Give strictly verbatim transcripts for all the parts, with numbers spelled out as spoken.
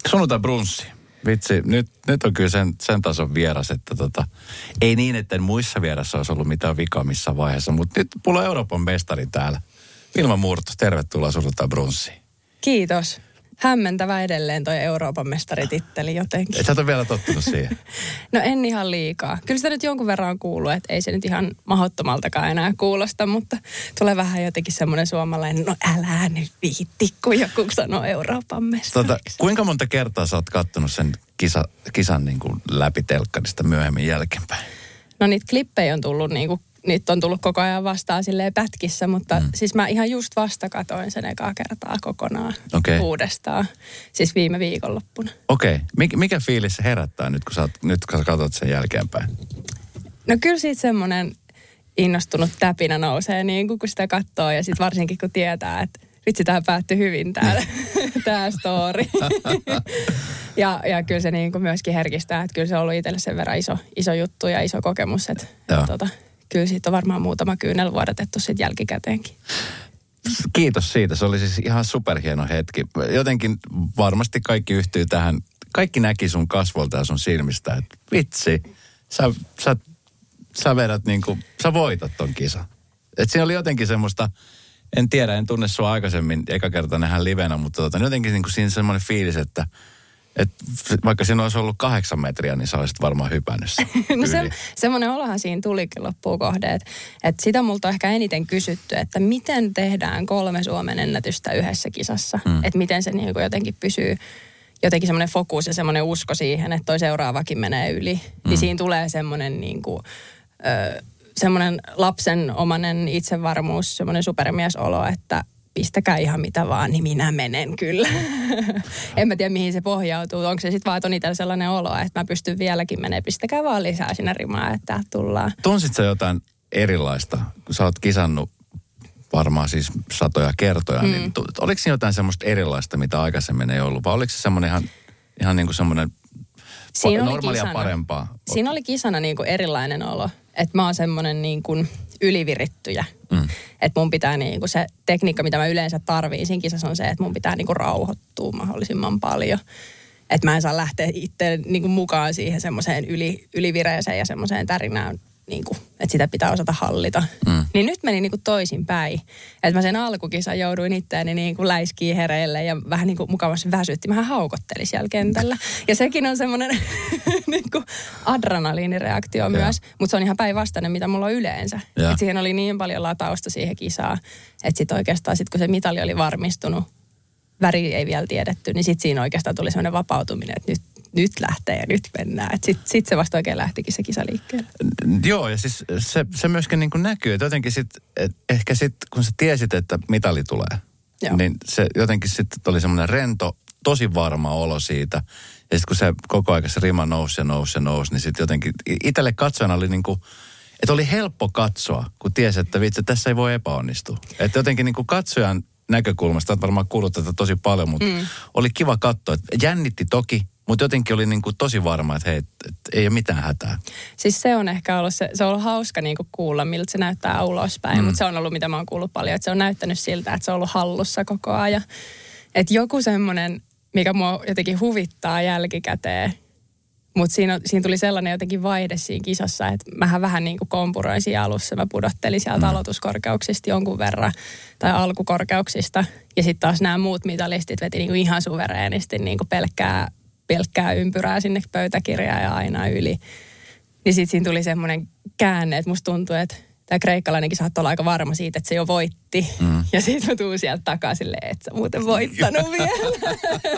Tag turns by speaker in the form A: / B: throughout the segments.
A: Sunnuntai brunssi. Vitsi, nyt, nyt on kyllä sen, sen tason vieras, että tota, ei niin, että muissa vieressä olisi ollut mitään vikaa missään vaiheessa, mutta nyt mulla on Euroopan mestari täällä. Vilma Murtos, tervetuloa Sunnuntai brunssiin.
B: Kiitos. Hämmentävä edelleen toi Euroopan mestarititteli jotenkin.
A: Et sä oot vielä tottunut siihen?
B: No en ihan liikaa. Kyllä sitä nyt jonkun verran on kuullut, että ei se nyt ihan mahdottomaltakaan enää kuulosta, mutta tulee vähän jotenkin semmoinen suomalainen, no älä nyt viitti, kun joku sanoo Euroopan mestariksi.
A: Tota, kuinka monta kertaa sä oot kattonut sen kisa, kisan niin kuin läpi telkkarista myöhemmin jälkeenpäin?
B: No niitä klippejä on tullut niin kuin nyt on tullut koko ajan vastaan silleen pätkissä, mutta mm. siis mä ihan just vasta katoin sen ekaa kertaa kokonaan okay. uudestaan. Siis viime viikonloppuna.
A: Okei. Okay. Mik, mikä fiilis se herättää nyt, kun sä, nyt, kun sä katsot sen jälkeenpäin?
B: No kyllä siitä semmoinen innostunut täpinä nousee niin kun sitä katsoo ja sitten varsinkin kun tietää, että vitsi tää päättyi hyvin tää, tää story. ja, ja kyllä se niin kuin myöskin herkistää, että kyllä se on ollut itselle sen verran iso, iso juttu ja iso kokemus, että tota, kyllä siitä on varmaan muutama kyynel vuodatettu sitten jälkikäteenkin.
A: Kiitos siitä. Se oli siis ihan superhieno hetki. Jotenkin varmasti kaikki yhtyy tähän. Kaikki näki sun kasvolta ja sun silmistä, että vitsi, sä, sä, sä vedät niin kuin, sä voitat ton kisan. Että siinä oli jotenkin semmoista, en tiedä, en tunne sua aikaisemmin, eka kerta nähdään livenä, mutta tota, jotenkin niin kuin siinä semmoinen fiilis, että et vaikka siinä olisi ollut kahdeksan metriä, niin sä olisit varmaan hypännyt sen.
B: No se, semmoinen olohan siinä tulikin loppuun kohde, että et sitä multa on ehkä eniten kysytty, että miten tehdään kolme Suomen ennätystä yhdessä kisassa. Mm. Että miten se niin kuin jotenkin pysyy, jotenkin semmoinen fokus ja semmoinen usko siihen, että toi seuraavakin menee yli. Mm. Niin siinä tulee semmoinen niin kuin, ö, semmoinen lapsenomainen itsevarmuus, semmoinen supermiesolo, että pistäkää ihan mitä vaan, niin minä menen kyllä. En mä tiedä, mihin se pohjautuu. Onko se sitten vaan, että on itsellä sellainen olo, että mä pystyn vieläkin menemään. Pistäkää vaan lisää sinne rimaa, että tullaan.
A: Tunsit sä jotain erilaista, kun sä oot kisannut varmaan siis satoja kertoja, mm. niin oliko siinä jotain semmoista erilaista, mitä aikaisemmin ei ollut? Vai oliko se semmoinen ihan, ihan niin kuin semmoinen
B: Siinä
A: normaalia
B: kisana,
A: parempaa?
B: Siinä oli kisana niin kuin erilainen olo. Että mä oon semmoinen niin kuin ylivirittyjä. Mm. Että mun pitää niin kuin se tekniikka, mitä mä yleensä tarviin siinä kisassa on se, että mun pitää niin kuin rauhoittua mahdollisimman paljon. Että mä en saa lähteä itse niin kuin mukaan siihen semmoiseen yli, ylivireeseen ja semmoiseen tärinään, niin kuin, että sitä pitää osata hallita. Mm. Niin nyt meni niin kuin toisinpäin. Että mä sen alkukisan jouduin itseäni niin kuin läiskiin hereille ja vähän niin kuin mukavasti väsytti. Mähän haukottelin siellä kentällä. Ja sekin on semmoinen niin kuin adrenaliinireaktio ja. Myös. Mutta se on ihan päinvastainen, mitä mulla on yleensä. Että siihen oli niin paljon latausta siihen kisaan. Että sitten oikeastaan, sit kun se mitali oli varmistunut, väri ei vielä tiedetty, niin sitten siinä oikeastaan tuli semmoinen vapautuminen, että nyt nyt lähtee ja nyt mennään. Sitten sit se vasta oikein lähtikin se kisa liikkeelle.
A: Joo, ja siis se, se myöskin niin kuin näkyy, että jotenkin sitten, ehkä sitten kun sä tiesit, että mitali tulee, Joo. niin se jotenkin sitten oli semmoinen rento, tosi varma olo siitä. Ja sitten kun se koko ajan se rima nousi ja nousi ja nousi, niin sitten jotenkin itselle katsojana oli niin kuin, että oli helppo katsoa, kun tiesi, että vitsi, tässä ei voi epäonnistua. Että jotenkin niin kuin katsojan näkökulmasta, olet varmaan kuullut tätä tosi paljon, mutta mm. oli kiva katsoa. Jännitti toki, mutta jotenkin oli niin kuin tosi varma, että hei, et, et, ei ole mitään hätää.
B: Siis se on ehkä ollut, se, se on ollut hauska niin kuin kuulla, miltä se näyttää ulospäin. Mm. Mutta se on ollut, mitä mä oon kuullut paljon, että se on näyttänyt siltä, että se on ollut hallussa koko ajan. Että joku semmoinen, mikä mua jotenkin huvittaa jälkikäteen, mutta siinä, siinä tuli sellainen jotenkin vaihde siinä kisassa, että mähän vähän niin kuin kompuroin siinä alussa. Mä pudottelin sieltä mm. aloituskorkeuksista jonkun verran, tai alkukorkeuksista. Ja sitten taas nämä muut mitalistit veti niin kuin ihan suvereenisti niin kuin pelkkää, pelkkää ympyrää sinne pöytäkirjaan ja aina yli. Niin sitten siinä tuli semmoinen käänne, että musta tuntui, että tämä kreikkalainenkin saattoi olla aika varma siitä, että se jo voitti. Mm. Ja sitten mä tuun sieltä takaa silleen, että sä muuten voittanut vielä.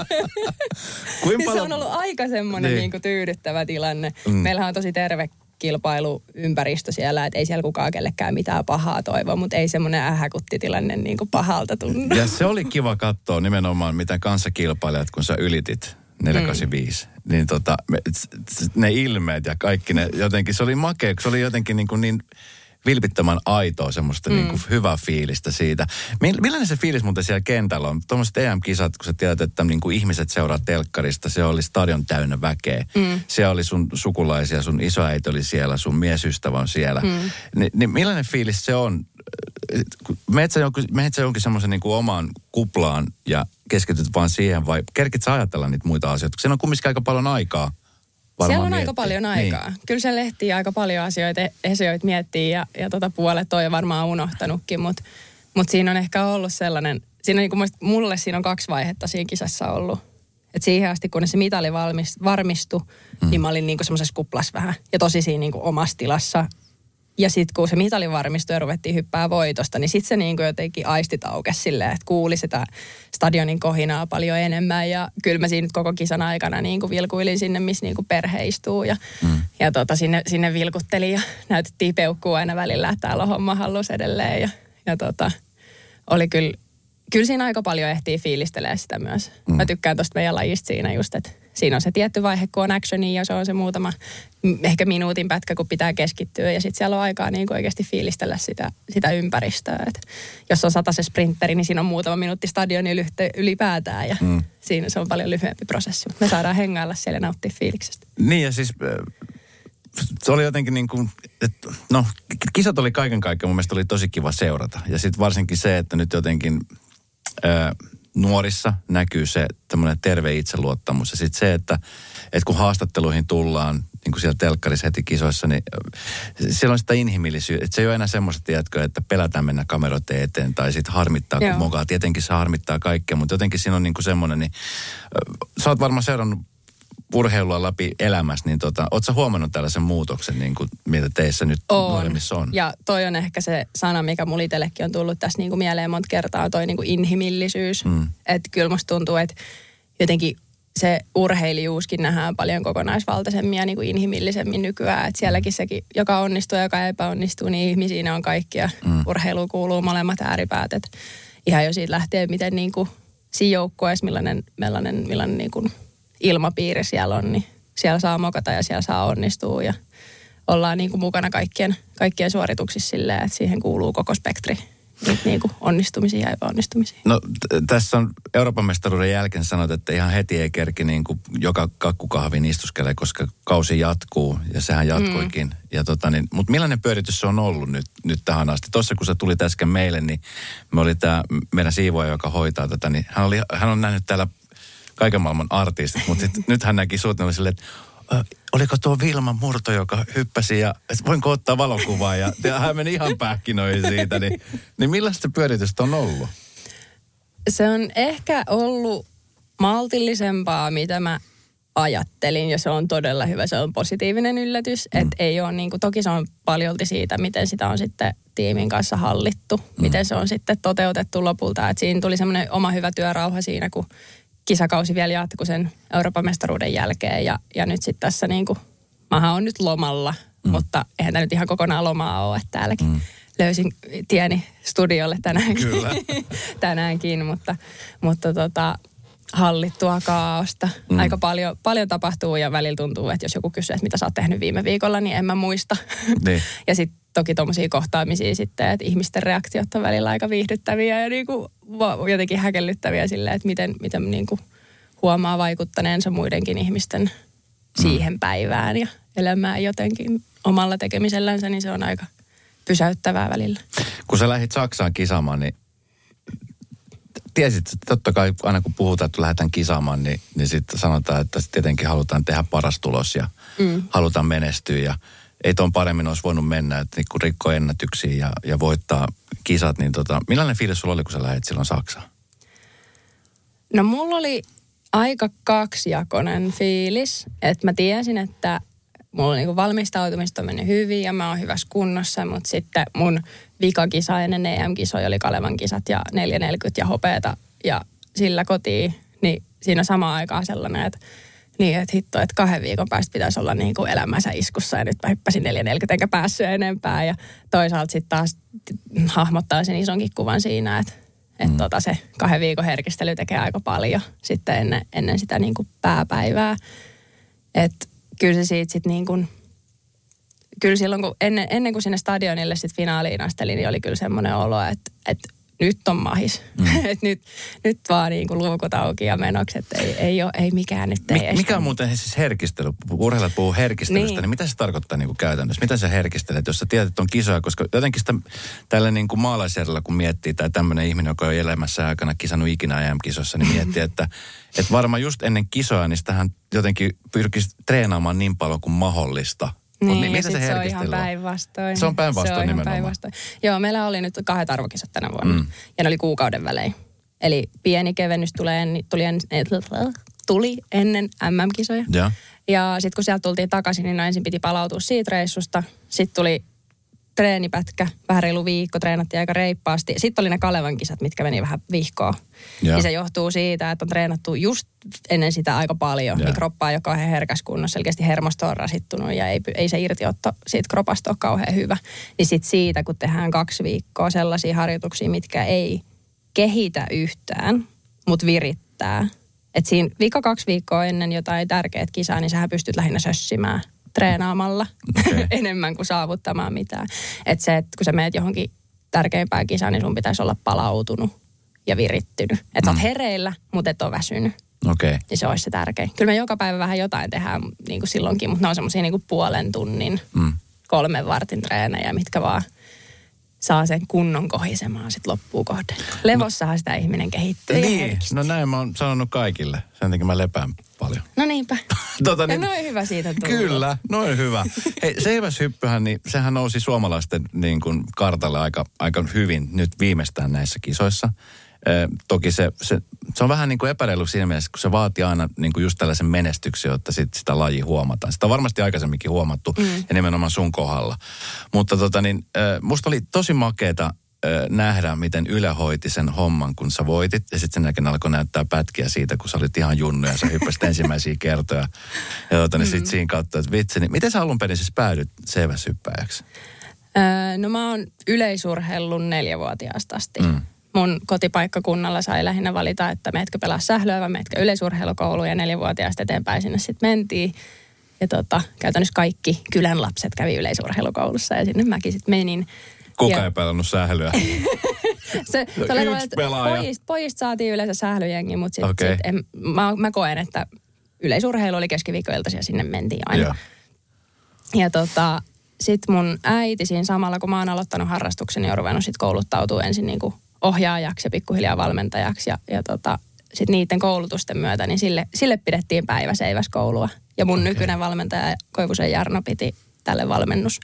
B: niin se on ollut aika semmoinen niin. Niin tyydyttävä tilanne. Mm. Meillähän on tosi terve kilpailuympäristö siellä, että ei siellä kukaan kellekään mitään pahaa toivoa, mutta ei semmoinen ähäkuttitilanne niin kuin pahalta tunnu.
A: Ja se oli kiva katsoa nimenomaan, miten kanssakilpailijat, kun sä ylitit neljä kahdeksankymmentäviisi. Mm. Niin tota, ne ilmeet ja kaikki ne jotenkin, se oli makea, se oli jotenkin niin kuin niin vilpittömän aitoa, semmoista mm. niin kuin hyvää fiilistä siitä. Millainen se fiilis muuten siellä kentällä on? Tuommoiset E M-kisat, kun sä tiedät, että niin kuin ihmiset seuraa telkkarista, se oli stadion täynnä väkeä. Mm. Siellä oli sun sukulaisia, sun isoäiti oli siellä, sun miesystävä on siellä. Mm. Ni, niin millainen fiilis se on menet sä jonkin, menet sä jonkin semmoisen niin kuin omaan kuplaan ja keskityt vaan siihen, vai kerkit sä ajatella niitä muita asioita? Siinä on kumminkin aika paljon aikaa.
B: Siellä on
A: miettiä.
B: aika paljon aikaa. Niin. Kyllä se lehtii aika paljon asioita, asioita miettii ja, ja tota puolet on jo varmaan unohtanutkin, mutta mut siinä on ehkä ollut sellainen, siinä on niin kuin mulle siinä on kaksi vaihetta siinä kisassa ollut. Et siihen asti, kun se mitali valmis, varmistui, mm. niin mä olin niin kuin semmoisessa kuplassa vähän ja tosi siinä niin kuin omassa tilassa. Ja sitten kun se mitali varmistui ja ruvettiin hyppää voitosta, niin sitten se niin kuin jotenkin aistit aukesi silleen, että kuuli sitä stadionin kohinaa paljon enemmän. Ja kyllä mä siinä nyt koko kisan aikana niin kuin vilkuilin sinne, missä niin kuin perhe istuu. Ja, mm. ja tota, sinne, sinne vilkuttelin ja näytettiin peukkua aina välillä, että täällä on homma hallus edelleen. Ja, ja tota, oli kyllä, kyllä siinä aika paljon ehtii fiilistelee sitä myös. Mm. Mä tykkään tosta meidän lajista siinä just, että siinä on se tietty vaihe, kun on actionia ja se on se muutama, ehkä minuutin pätkä, kun pitää keskittyä. Ja sitten siellä on aikaa niin kuin oikeasti fiilistellä sitä, sitä ympäristöä. Et jos on sata se sprinteri, niin siinä on muutama minuutti stadionin ylipäätään. Ja mm. siinä se on paljon lyhyempi prosessi. Me saadaan hengailla siellä ja nauttia fiiliksestä.
A: Niin ja siis se oli jotenkin niin kuin, että no kisat oli kaiken kaikkiaan mun mielestä oli tosi kiva seurata. Ja sitten varsinkin se, että nyt jotenkin Öö, nuorissa näkyy se tämmöinen terve itseluottamus. Ja sitten se, että, että kun haastatteluihin tullaan, niin kuin siellä telkkarissa heti kisoissa, niin siellä on sitä inhimillisyyttä. Että se ei ole enää semmoista, tiedätkö, että pelätään mennä kameroiden eteen tai sitten harmittaa, kun mokaa. Tietenkin se harmittaa kaikkea, mutta jotenkin siinä on niin kuin semmoinen, niin sä oot varmaan seurannut urheilua läpi elämässä, niin tota, ootko sä huomannut tällaisen muutoksen, niin kuin mitä teissä nyt nuoremmissa on?
B: Ja toi on ehkä se sana, mikä mulla itsellekin on tullut tässä niin kuin mieleen monta kertaa, toi niin kuin inhimillisyys. Mm. Että kyllä musta tuntuu, että jotenkin se urheilijuuskin nähdään paljon kokonaisvaltaisemmin ja niin kuin inhimillisemmin nykyään. Että sielläkin sekin, joka onnistuu ja joka epäonnistuu, niin ihmisiä on kaikkia. Mm. Urheiluun kuuluu molemmat ääripäät. Et ihan jo siitä lähtee, miten niin kuin siinä joukkueessa, millainen, millainen, millainen niin kuin ilmapiiri siellä on, niin siellä saa mokata ja siellä saa onnistua ja ollaan niin kuin mukana kaikkien, kaikkien suorituksissa silleen, että siihen kuuluu koko spektri niin kuin onnistumisia ja epäonnistumisia.
A: No t- tässä on Euroopan mestaruuden jälkeen sanot, että ihan heti ei kerki niin kuin joka kakkukahvin istuskelee, koska kausi jatkuu ja sehän jatkuikin. Mm. Ja tota niin, mutta millainen pyöritys se on ollut nyt, nyt tähän asti? Tuossa kun sä tulit äsken meille, niin me oli tämä meidän siivoja, joka hoitaa tätä, niin hän, oli, hän on nähnyt täällä kaiken maailman artistit, mutta sit, nyt hän näki sut, niin silleen, että ö, oliko tuo Vilma Murto, joka hyppäsi ja voinko ottaa valokuvaa ja, ja hän meni ihan pähkinöihin siitä, niin, niin millaista pyöritystä on ollut?
B: Se on ehkä ollut maltillisempaa, mitä mä ajattelin ja se on todella hyvä, se on positiivinen yllätys, mm. että ei ole niin kuin, toki se on paljolti siitä, miten sitä on sitten tiimin kanssa hallittu, mm. miten se on sitten toteutettu lopulta, että siinä tuli semmoinen oma hyvä työrauha siinä, kun kisakausi vielä jatkui sen Euroopan mestaruuden jälkeen ja, ja nyt sitten tässä niin kuin, mähän on nyt lomalla, mm. mutta eihän tämä nyt ihan kokonaan lomaa ole, että täälläkin mm. löysin tieni studiolle tänäänkin, Kyllä. tänäänkin mutta, mutta tota, hallittua kaaosta. Mm. Aika paljon, paljon tapahtuu ja välillä tuntuu, että jos joku kysyy, että mitä sä oot tehnyt viime viikolla, niin en mä muista. Niin. Ja sitten toki tuommoisia kohtaamisia sitten, että ihmisten reaktiot on välillä aika viihdyttäviä ja niinku jotenkin häkellyttäviä silleen, että miten, miten niinku huomaa vaikuttaneensa muidenkin ihmisten siihen mm. päivään ja elämään jotenkin omalla tekemisellänsä, niin se on aika pysäyttävää välillä.
A: Kun sä lähdit Saksaan kisaamaan, niin tiesit, että totta kai aina kun puhutaan, että lähdetään kisaamaan, niin, niin sitten sanotaan, että tietenkin halutaan tehdä paras tulos ja mm. halutaan menestyä ja ei tuon paremmin olisi voinut mennä, että kun rikkoo ennätyksiä ja, ja voittaa kisat, niin tota, millainen fiilis sulla oli, kun sä lähdit silloin Saksaan?
B: No mulla oli aika kaksijakoinen fiilis, että mä tiesin, että mulla niinku valmistautumista on mennyt hyvin ja mä oon hyvässä kunnossa, mutta sitten mun vikakisa ennen E M-kisoja oli Kalevan kisat ja neljä neljäkymmentä ja hopeeta ja sillä kotiin, niin siinä samaan aikaan sellainen, että niin, että hitto, että kahden viikon päästä pitäisi olla niin kuin elämänsä iskussa ja nyt mä hyppäsin neljä neljäkymmentä enkä päässyt enempää ja toisaalta sitten taas hahmottaa sen isonkin kuvan siinä, että, että mm. tota se kahden viikon herkistely tekee aika paljon sitten ennen, ennen sitä niin kuin pääpäivää. Että kyllä se siitä sitten niin kuin, kyllä silloin kun ennen, ennen kuin sinne stadionille sitten finaaliin astelin, niin oli kyllä semmoinen olo, että, että nyt on mahis. Mm. että nyt, nyt vaan niin kuin luukut auki ja menokset. Ei, ei, ole, ei mikään nyt ei
A: Mi- Mikä on muuten siis herkistely? Urheilijat puhuu herkistelystä, niin. niin mitä se tarkoittaa niin kuin käytännössä? Mitä sä herkistelet, jos sä tiedät, että on kisoja? Koska jotenkin sitä tällä niin kuin maalaisjärjellä, kun miettii, tai tämmöinen ihminen, joka on elämässä aikana kisannut ikinä M M-kisossa, niin miettii, että, että varmaan just ennen kisoja, niin sitähän jotenkin pyrkisi treenaamaan niin paljon kuin mahdollista.
B: Niin, niin ja se, se on ihan päinvastoin.
A: Se on päinvastoin nimenomaan. Päinvastoin.
B: Joo, meillä oli nyt kahdet arvokisat tänä vuonna. Mm. Ja ne oli kuukauden välein. Eli pieni kevennys tulee, tuli, en, tuli ennen M M-kisoja. Ja, ja sitten kun sieltä tultiin takaisin, niin no ensin piti palautua siitä reissusta. Sitten tuli treenipätkä, vähän reilu viikko, treenattiin aika reippaasti. Sitten oli ne Kalevan kisat, mitkä meni vähän vihkoon. Ja. Niin se johtuu siitä, että on treenattu just ennen sitä aika paljon. Ja. Niin kroppa ei ole kauhean herkäs kunnossa. Selkeästi hermosto on rasittunut ja ei, ei se irtiotto siitä kropasta ole kauhean hyvä. Niin sitten siitä, kun tehdään kaksi viikkoa sellaisia harjoituksia, mitkä ei kehitä yhtään, mutta virittää. Että siinä viikko kaksi viikkoa ennen jotain tärkeät kisaa, niin sähän pystyt lähinnä sössimään treenaamalla okay. enemmän kuin saavuttamaan mitään. Että se, että kun sä meet johonkin tärkeimpään kisaan, niin sun pitäisi olla palautunut ja virittynyt. Että mm. sä oot hereillä, mutta et ole väsynyt.
A: Okei. Okay.
B: Ja se olisi se tärkein. Kyllä me joka päivä vähän jotain tehdään niin kuin silloinkin, mutta ne on semmoisia niin kuin puolen tunnin, mm. kolmen vartin treenejä, mitkä vaan saa sen kunnon kohisemaan sitten loppuun kohden. Levossahan sitä ihminen kehittyy.
A: Niin, no näin mä oon sanonut kaikille. Sen takia mä lepään paljon.
B: No niinpä.
A: tota, niin,
B: ja noin hyvä siitä tullut.
A: Kyllä, noin hyvä. Hei, seiväshyppyhän, niin sehän nousi suomalaisten niin kuin kartalle aika, aika hyvin nyt viimeistään näissä kisoissa. Eh, toki se, se, se on vähän niin kuin epäreilu siinä mielessä, kun se vaatii aina niin kuin just tällaisen menestyksen, jotta sit sitä lajia huomataan. Sitä on varmasti aikaisemminkin huomattu mm. ja nimenomaan sun kohdalla. Mutta tota niin, eh, musta oli tosi makeeta eh, nähdä, miten Yle hoiti sen homman, kun sä voitit. Ja sitten sen jälkeen alkoi näyttää pätkiä siitä, kun sä olit ihan junnu ja sä hyppäsit ensimmäisiä kertoja. Ja tota niin mm. sitten siinä kautta, että vitsi, niin miten sä alun perin siis päädyt seiväshyppäjäksi?
B: Öö, no mä oon yleisurheillut neljävuotiaasta asti. Mm. Mun kotipaikkakunnalla sai lähinnä valita, että meetkö pelaa sählöä vai meetkö yleisurheilukouluun ja neljävuotiaasta eteenpäin sinne sitten mentiin. Ja tota, käytännössä kaikki kylän lapset kävi yleisurheilukoulussa ja sinne mäkin sitten menin.
A: Kuka
B: ja...
A: ei pelannut sählyä?
B: se, se oli yksi pelaaja. Pojista, pojista saatiin yleensä sählyjengi, mutta sitten okay. sit mä, mä koen, että yleisurheilu oli keskiviikkoiltaisin ja sinne mentiin aina. Ja, ja tota, sitten mun äiti siinä samalla, kun mä oon aloittanut harrastuksen, niin on ruvennut sitten kouluttautua ensin niin kuin ohjaajaksi ja pikkuhiljaa valmentajaksi. Ja, ja tota, sitten niiden koulutusten myötä, niin sille, sille pidettiin päiväseiväskoulua. Ja mun okay. nykyinen valmentaja Koivusen Jarno piti tälle valmennus,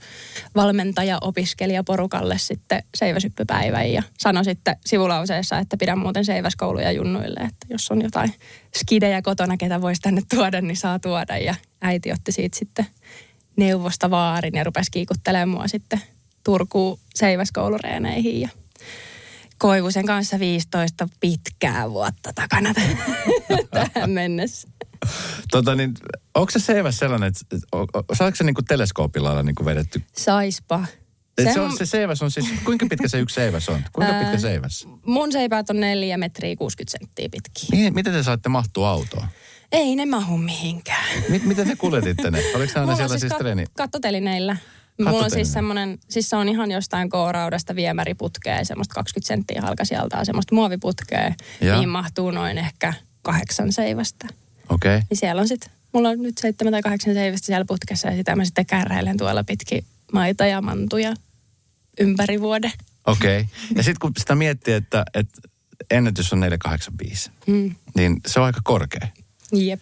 B: valmentaja-opiskelijaporukalle sitten seiväsyppypäivän. Ja sanoi sitten sivulauseessa, että pidän muuten seiväskouluja junnuille, että jos on jotain skidejä kotona, ketä voisi tänne tuoda, niin saa tuoda. Ja äiti otti siitä sitten neuvosta vaarin ja rupesi kiikuttelemaan mua sitten Turkuun seiväskoulureeneihin ja Koivusen kanssa viisitoista pitkää vuotta takana tähän mennessä.
A: Tota niin, onko se seiväs sellainen, että saako se niinku teleskoopilla niinku vedetty?
B: Saispa.
A: Se, se, on, se seiväs on siis, kuinka pitkä se yksi seiväs on? Kuinka ää, pitkä seiväs?
B: Mun seipäät on neljä metriä kuusikymmentä senttiä pitkiä.
A: Niin, miten te saitte mahtua autoon?
B: Ei ne mahu mihinkään.
A: M- miten te kuljetitte ne? Oliko se aina siellä siis, siis kat- treeni?
B: Kattotelineillä. Mulla on siis semmoinen, siis se on ihan jostain K-raudasta viemäriputkea, semmoista kaksikymmentä senttiä halkasijaltaan, semmoista muoviputkea, ja. Mihin mahtuu noin ehkä kahdeksan seivästä.
A: Okei. Okay.
B: Niin siellä on sitten, mulla on nyt seitsemän tai kahdeksan seivästä siellä putkessa ja sitä mä sitten kärräilen tuolla pitkin maita ja mantuja ympäri vuoden. Okei.
A: Okay. Ja sitten kun sitä miettii, että, että ennätys on neljä kahdeksan viisi, mm. niin se on aika korkea.
B: Jep.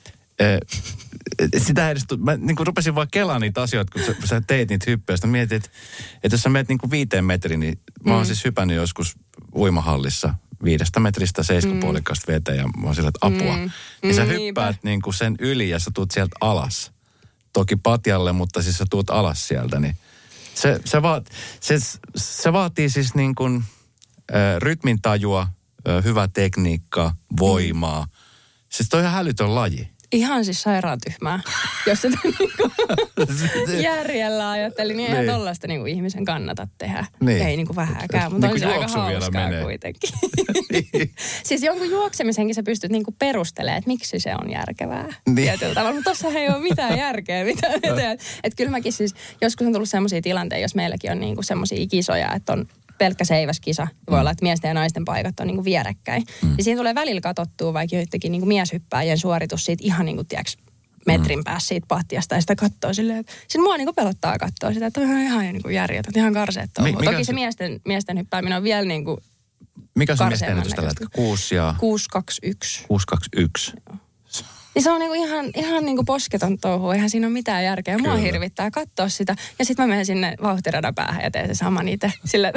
A: Sitä edes, mä niin kuin rupesin vaan kelaamaan niitä asioita, kun sä, sä teit niitä hyppyjä. Sitten mietin, että, että jos sä menet niin kuin viiteen metriin, niin mä oon mm. siis hypännyt joskus uimahallissa viidestä metristä seiskapuolikkaasta mm. veteen ja mä oon sillä, että apua. Mm. Niin sä hyppäät niin kuin sen yli ja sä tuut sieltä alas. Toki patjalle, mutta siis sä tuut alas sieltä. Niin se, se, vaat, se, se vaatii siis niin kuin äh, rytmintajua, äh, hyvää tekniikkaa, voimaa. Mm. Siis toi on ihan hälytön laji.
B: Ihan siis sairaan tyhmää, jos sitä niinku järjellä ajatteli, niin eihän tollaista niinku ihmisen kannata tehdä. Niin. Ei niinku vähäkään, mutta niin on se aika hauskaa kuitenkin. Niin. Siis jonkun juoksemisenkin sä pystyt niinku perustelemaan, että miksi se on järkevää. Niin. Tietyllä tavalla, mutta tossa ei ole mitään järkeä. Mitään, mitään. Että kyllä mäkin siis, joskus on tullut semmoisia tilanteita, jos meilläkin on niinku semmoisia kisoja, että on pelkkä seiväskisa. Voi mm. olla, että miesten ja naisten paikat on niin kuin vierekkäin. Mm. Niin siinä tulee välillä katsottua vaikka joidenkin niin kuin mieshyppääjien suoritus siitä ihan niin kuin, tiedätkö, metrin mm. päässä siitä pattiasta ja sitä katsoo silleen, että siinä mua niin kuin pelottaa katsoa sitä, että on ihan niin kuin järjetöntä, ihan karseet touhua. Mi- Toki se miesten, miesten hyppääminen on vielä niin kuin
A: mikä on se miesten ennätys tällä hetkellä? Kuusi ja...
B: kuusi kaksi yksi.
A: kuusi kaksi yksi.
B: Joo. Niin se on niinku ihan, ihan niinku posketon touhu, eihän siinä ole mitään järkeä. Mua Kyllä. hirvittää katsoa sitä. Ja sitten mä menen sinne vauhtiradan päähän ja teen se saman itse. Sillä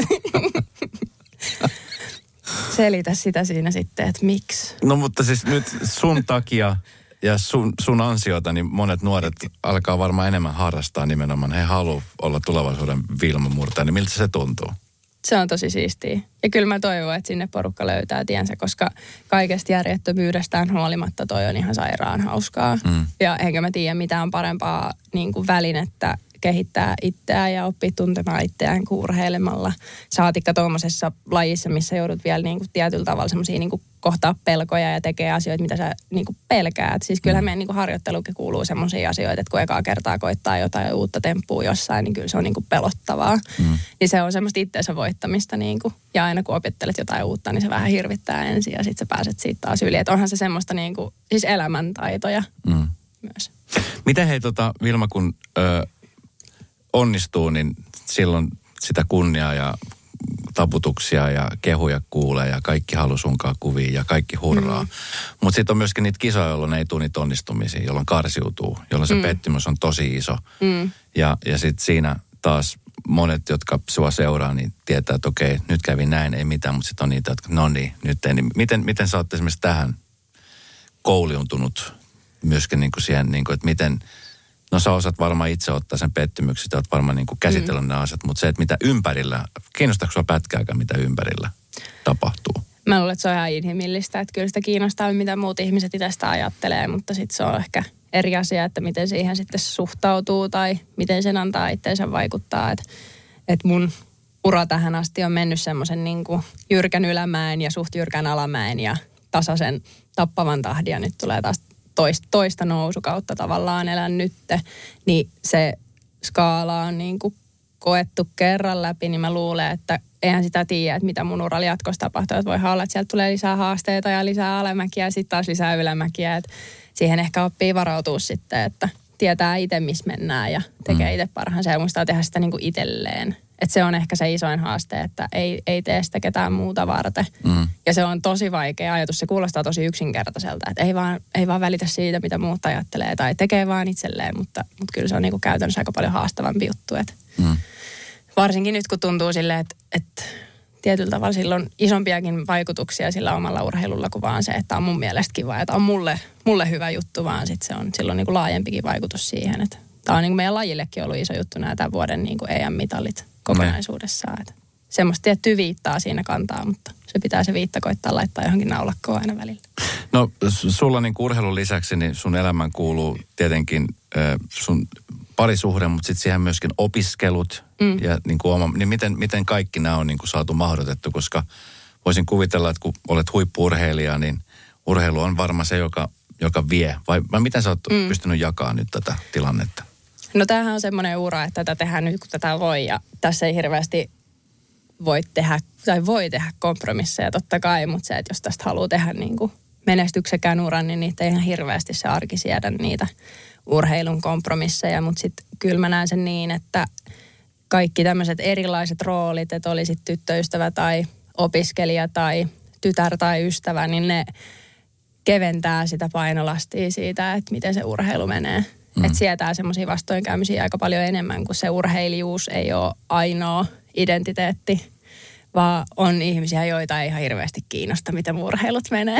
B: selitä sitä siinä sitten, että miksi.
A: No mutta siis nyt sun takia ja sun, sun ansiota, niin monet nuoret alkaa varmaan enemmän harrastaa nimenomaan. He haluaa olla tulevaisuuden Vilma Murtaja, niin miltä se tuntuu?
B: Se on tosi siistiä. Ja kyllä mä toivon, että sinne porukka löytää tiensä, koska kaikesta järjettömyydestään huolimatta toi on ihan sairaan hauskaa. Mm. Ja enkä mä tiedä mitään parempaa niin kuin välinettä kehittää itseään ja oppia tuntemaan itseään kuin urheilemalla. Saatikka tuommoisessa lajissa, missä joudut vielä niin kuin tietyllä tavalla semmoisia niin kuin kohtaa pelkoja ja tekee asioita, mitä sä niin kuin pelkäät. Siis kyllähän meidän niin kuin harjoittelukin kuuluu semmoisia asioita, että kun ekaa kertaa koittaa jotain uutta temppua jossain, niin kyllä se on niin kuin pelottavaa. Mm. Niin se on semmoista itseensä voittamista niin kuin. Ja aina kun opettelet jotain uutta, niin se vähän hirvittää ensin ja sitten sä pääset siitä taas yli. Että onhan se semmoista niin kuin, siis elämäntaitoja mm. myös.
A: Miten hei tota, Vilma, kun ö, onnistuu, niin silloin sitä kunniaa ja taputuksia ja kehuja kuulee ja kaikki haluaa sunkaan kuvia ja kaikki hurraa. Mm. Mutta sitten on myöskin niitä kisoja, jolloin ei tule niitä onnistumisia, jolloin karsiutuu, jolloin se mm. pettymys on tosi iso. Mm. Ja, ja sitten siinä taas monet, jotka sua seuraa, niin tietää, että okei, nyt kävi näin, ei mitään, mutta sitten on niitä, jotka no niin, nyt ei. Niin miten, miten sä oot esimerkiksi tähän kouliuntunut myöskin niin kuin siihen, niin kuin, että miten, no sä osaat varmaan itse ottaa sen pettymyksen, sä oot varmaan niin kuin käsitellä mm. ne asiat, mutta se, että mitä ympärillä, kiinnostaako sua pätkääkään, mitä ympärillä tapahtuu?
B: Mä luulen, että se on ihan inhimillistä, että kyllä sitä kiinnostaa, mitä muut ihmiset itsestä ajattelee, mutta sitten se on ehkä eri asia, että miten siihen sitten suhtautuu tai miten sen antaa itseensä vaikuttaa. Että et mun ura tähän asti on mennyt semmoisen niin kuin jyrkän ylämäen ja suht jyrkän alamäen ja tasaisen tappavan tahdin ja nyt tulee taas toista, toista nousukautta tavallaan elän nytte. Niin se skaala on niin kuin koettu kerran läpi, niin mä luulen, että eihän sitä tiedä, että mitä mun uralla jatkossa tapahtuu. Että voihan olla, että sieltä tulee lisää haasteita ja lisää alamäkiä ja sitten taas lisää ylämäkiä. Että siihen ehkä oppii varautua sitten, että tietää itse, missä mennään ja tekee itse parhaansa ja muistaa tehdä sitä niin kuin itselleen. Että se on ehkä se isoin haaste, että ei, ei tee sitä ketään muuta varten. Mm. Ja se on tosi vaikea ajatus. Se kuulostaa tosi yksinkertaiselta, että ei vaan, ei vaan välitä siitä, mitä muut ajattelee tai tekee vaan itselleen. Mutta, mutta kyllä se on niin kuin käytännössä aika paljon haastavampi juttu. Että mm. varsinkin nyt, kun tuntuu silleen, että, että tietyllä tavalla sillä on isompiakin vaikutuksia sillä omalla urheilulla kuin vaan se, että on mun mielestä kiva ja tämä on mulle, mulle hyvä juttu, vaan sit se on silloin niin kuin laajempikin vaikutus siihen. Että tämä on niin kuin meidän lajillekin ollut iso juttu nämä tämän vuoden niin kuin E M-mitalit kokonaisuudessaan. Että semmoista tiettyä viittaa siinä kantaa, mutta se pitää se viitta koittaa laittaa johonkin naulakkoon aina välillä.
A: No sulla niin kuin urheilun lisäksi niin sun elämään kuuluu tietenkin äh, sun parisuhde, mutta sitten siihen myöskin opiskelut mm. ja niin kuin oma, niin miten, miten kaikki nämä on niin kuin saatu mahdotettu, koska voisin kuvitella, että kun olet huippu-urheilija, niin urheilu on varmaan se, joka, joka vie. Vai, vai miten sä oot mm. pystynyt jakamaan nyt tätä tilannetta?
B: No tämähän on semmoinen ura, että tätä tehdään nyt, kun tätä voi ja tässä ei hirveästi voi tehdä, tai voi tehdä kompromisseja totta kai, mutta se, että jos tästä haluaa tehdä niin kuin menestyksekään uran, niin niitä ei ihan hirveästi se arki siedä niitä urheilun kompromisseja, mutta sitten kyllä mä näen sen niin, että kaikki tämmöiset erilaiset roolit, että olisit tyttöystävä tai opiskelija tai tytär tai ystävä, niin ne keventää sitä painolastia siitä, että miten se urheilu menee. Mm. Että sietää semmoisia vastoinkäymisiä aika paljon enemmän, kun se urheilijuus ei ole ainoa identiteetti, vaan on ihmisiä, joita ei ihan hirveästi kiinnosta, miten urheilut menee.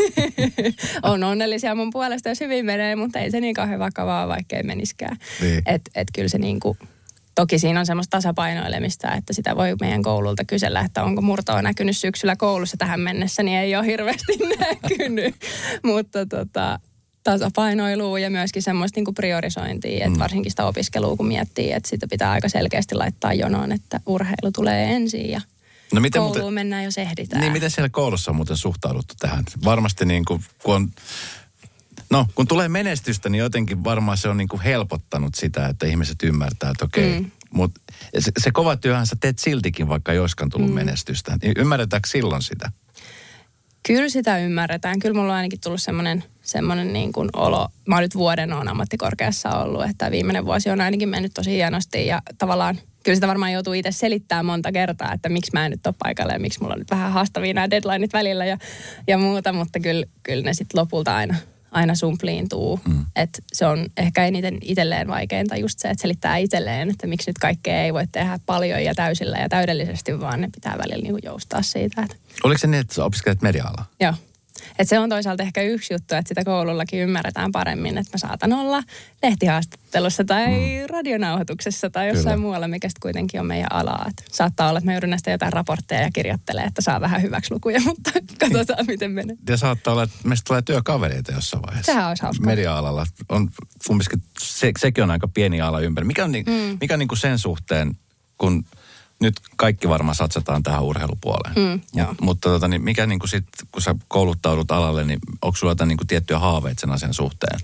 B: On onnellisia mun puolesta, jos hyvin menee, mutta ei se niin kauhean vakavaa, vaikka ei meniskään. Niin. Että et kyllä se niinku, toki siinä on semmoista tasapainoilemista, että sitä voi meidän koululta kysellä, että onko murtoa näkynyt syksyllä koulussa tähän mennessä, niin ei ole hirveästi näkynyt. Mutta tota, tasapainoilua ja myöskin semmoista niinku priorisointia, että mm. varsinkin sitä opiskelua, kun miettii, että sitä pitää aika selkeästi laittaa jonoon, että urheilu tulee ensin ja no miten kouluun muuten, mennään, jos ehditään.
A: Niin, miten siellä koulussa on muuten suhtauduttu tähän? Varmasti niin kuin, kun on, no kun tulee menestystä, niin jotenkin varmaan se on niin kuin helpottanut sitä, että ihmiset ymmärtää, että okei, mm. Mutta se, se kova työhän sä teet siltikin, vaikka ei olisikaan tullut mm. menestystä. Ymmärretäänkö silloin sitä?
B: Kyllä sitä ymmärretään. Kyllä mulla on ainakin tullut semmoinen, semmoinen niin kuin olo. Mä oon nyt vuoden on ammattikorkeassa ollut, että viimeinen vuosi on ainakin mennyt tosi hienosti ja tavallaan kyllä sitä varmaan joutuu itse selittämään monta kertaa, että miksi mä en nyt ole paikalla ja miksi mulla on nyt vähän haastavia nämä deadlineit välillä ja, ja muuta, mutta kyllä, kyllä ne sitten lopulta aina, aina sumpliintuu. Mm. Että se on ehkä eniten itselleen vaikeinta just se, että selittää itselleen, että miksi nyt kaikkea ei voi tehdä paljon ja täysillä ja täydellisesti, vaan ne pitää välillä niinku joustaa siitä. Että.
A: Oliko se niin, että sä opiskelet media-alaa?
B: Joo. Että se on toisaalta ehkä yksi juttu, että sitä koulullakin ymmärretään paremmin, että mä saatan olla lehtihaastattelussa tai mm. radionauhoituksessa tai jossain Kyllä. muualla, mikä sitten kuitenkin on meidän alaa. Et saattaa olla, että mä joudun näistä jotain raportteja ja kirjoittelee, että saa vähän hyväksi lukuja, mutta katsotaan miten menee.
A: Ja saattaa olla, että meistä tulee työkavereita jossain vaiheessa.
B: Sehän olisi hauskaa.
A: Media-alalla. On, kumminkin se, sekin on aika pieni ala ympäri. Mikä on, mm. mikä on niin kuin sen suhteen, kun nyt kaikki varmaan satsataan tähän urheilupuoleen. Mm, Mut, mutta tota, niin mikä niin kuin sit, kun sä kouluttaudut alalle, niin onko sulla jotain niin kuin tiettyjä haaveita sen asian suhteen?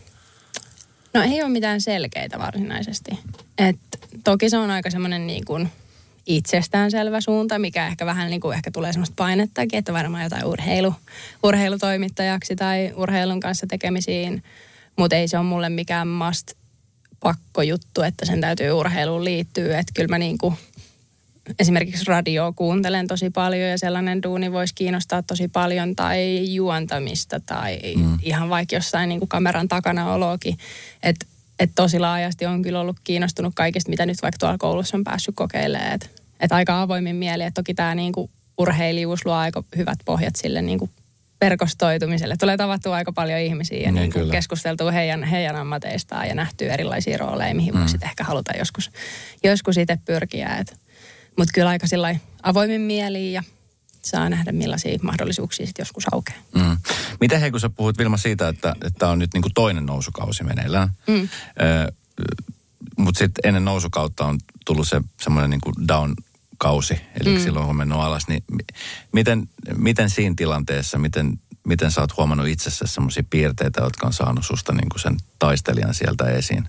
B: No ei ole mitään selkeitä varsinaisesti. Et, toki se on aika semmoinen niin kuin itsestäänselvä suunta, mikä ehkä vähän niin kuin ehkä tulee semmoista painettakin, että varmaan jotain urheilu, urheilutoimittajaksi tai urheilun kanssa tekemisiin. Mutta ei se ole mulle mikään must pakko juttu, että sen täytyy urheiluun liittyä. Että kyllä mä niin kuin esimerkiksi radioa kuuntelen tosi paljon ja sellainen duuni voisi kiinnostaa tosi paljon tai juontamista tai mm. ihan vaikka jossain niin kuin kameran takana oloakin. Että et tosi laajasti on kyllä ollut kiinnostunut kaikista, mitä nyt vaikka tuolla koulussa on päässyt kokeilemaan. Että et aika avoimin mieli, että toki tämä niin kuin urheilijuus luo aika hyvät pohjat sille niin kuin verkostoitumiselle. Tulee tavattua aika paljon ihmisiä ja niin niin keskusteltua heidän, heidän ammateistaan ja nähtyä erilaisia rooleja, mihin mm. voisit ehkä haluta joskus, joskus itse pyrkiä. Että mutta kyllä aika sillä avoimin mieliin ja saa nähdä millaisia mahdollisuuksia sitten joskus aukeaa.
A: Mm. Miten hei, kun sä puhut Vilma siitä, että tämä on nyt niinku toinen nousukausi meneillään. Mm. Ö, mutta sitten ennen nousukautta on tullut se semmoinen niinku down-kausi, eli mm. silloin on mennyt alas. Niin miten, miten siinä tilanteessa, miten, miten sä oot huomannut itsessä semmoisia piirteitä, jotka on saanut susta niinku sen taistelijan sieltä esiin?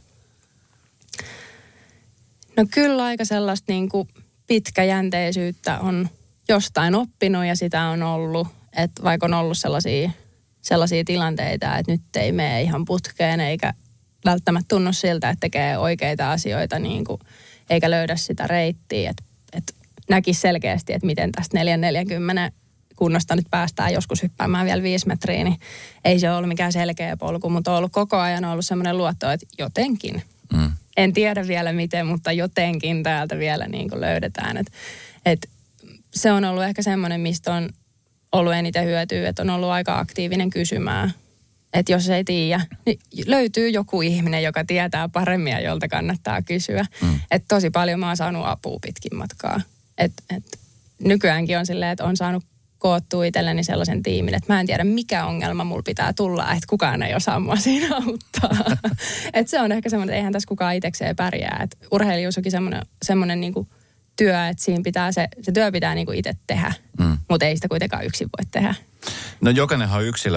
B: No kyllä aika sellaista niinku pitkäjänteisyyttä on jostain oppinut ja sitä on ollut, että vaikka on ollut sellaisia, sellaisia tilanteita, että nyt ei mene ihan putkeen eikä välttämättä tunnu siltä, että tekee oikeita asioita niin kuin, eikä löydä sitä reittiä, että, että näkisi selkeästi, että miten tästä neljä neljäkymmentä kunnosta nyt päästään joskus hyppäämään vielä viisi metriä, niin ei se ole ollut mikään selkeä polku, mutta on ollut koko ajan ollut semmoinen luotto, että jotenkin. Mm. En tiedä vielä miten, mutta jotenkin täältä vielä niin kuin löydetään. Et, et se on ollut ehkä semmoinen, mistä on ollut eniten hyötyä, että on ollut aika aktiivinen kysymään. Että jos ei tiedä, niin löytyy joku ihminen, joka tietää paremmin ja jolta kannattaa kysyä. Mm. Että tosi paljon mä oon saanut apua pitkin matkaa. Et, et nykyäänkin on silleen, että on saanut koottua itselleni sellaisen tiimin, että mä en tiedä mikä ongelma mulla pitää tulla, että kukaan ei osaa mua siinä auttaa. Että se on ehkä semmoinen, että eihän tässä kukaan itsekseen pärjää. Että urheilijuus onkin semmoinen, semmoinen niinku työ, että siinä pitää se, se työ pitää niinku itse tehdä, mm. mutta ei sitä kuitenkaan yksin voi tehdä.
A: No jokainenhan on yksilö,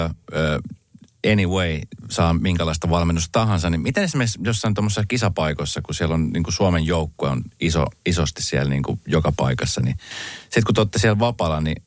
A: uh, anyway, saa minkälaista valmennusta tahansa, niin miten esimerkiksi jossain tuommoisessa kisapaikoissa, kun siellä on niinku Suomen joukkue on iso, isosti siellä niinku joka paikassa, niin sitten kun te olette siellä vapaalla, niin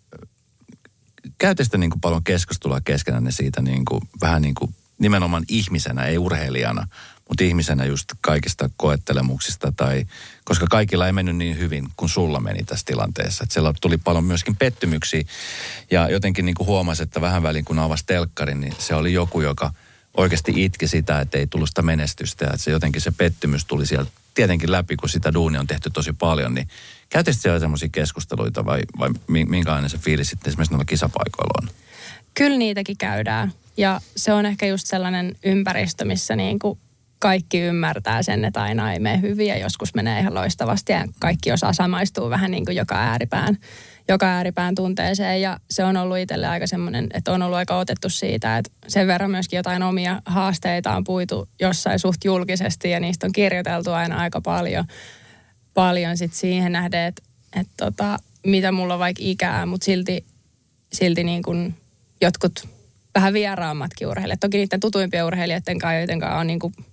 A: käytte sitten niin kuin paljon keskustelua keskenään siitä niin kuin, vähän niin kuin nimenomaan ihmisenä, ei urheilijana, mutta ihmisenä just kaikista koettelemuksista tai, koska kaikilla ei mennyt niin hyvin kuin sulla meni tässä tilanteessa. Että siellä tuli paljon myöskin pettymyksiä ja jotenkin niin kuin huomasi, että vähän väliin kun avasi telkkarin, niin se oli joku, joka oikeasti itki sitä, että ei tullut sitä menestystä ja että se jotenkin se pettymys tuli sieltä tietenkin läpi, kun sitä duunia on tehty tosi paljon, niin käytäisiin siellä semmoisia keskusteluita vai, vai minkälainen se fiilis sitten esimerkiksi noilla kisapaikoilla on?
B: Kyllä niitäkin käydään. Ja se on ehkä just sellainen ympäristö, missä niin kuin kaikki ymmärtää sen, että aina ei mene hyvin ja joskus menee ihan loistavasti ja kaikki osaa samaistua vähän niin kuin joka ääripään, joka ääripään tunteeseen. Ja se on ollut itselle aika semmoinen, että on ollut aika otettu siitä, että sen verran myöskin jotain omia haasteita on puitu jossain suht julkisesti ja niistä on kirjoiteltu aina aika paljon. Paljon sitten siihen nähden, että, että tota, mitä mulla on vaikka ikää, mutta silti, silti niin kuin jotkut vähän vieraammatkin urheilijat. Toki niiden tutuimpia urheilijoiden kanssa, joiden kanssa on niin kuin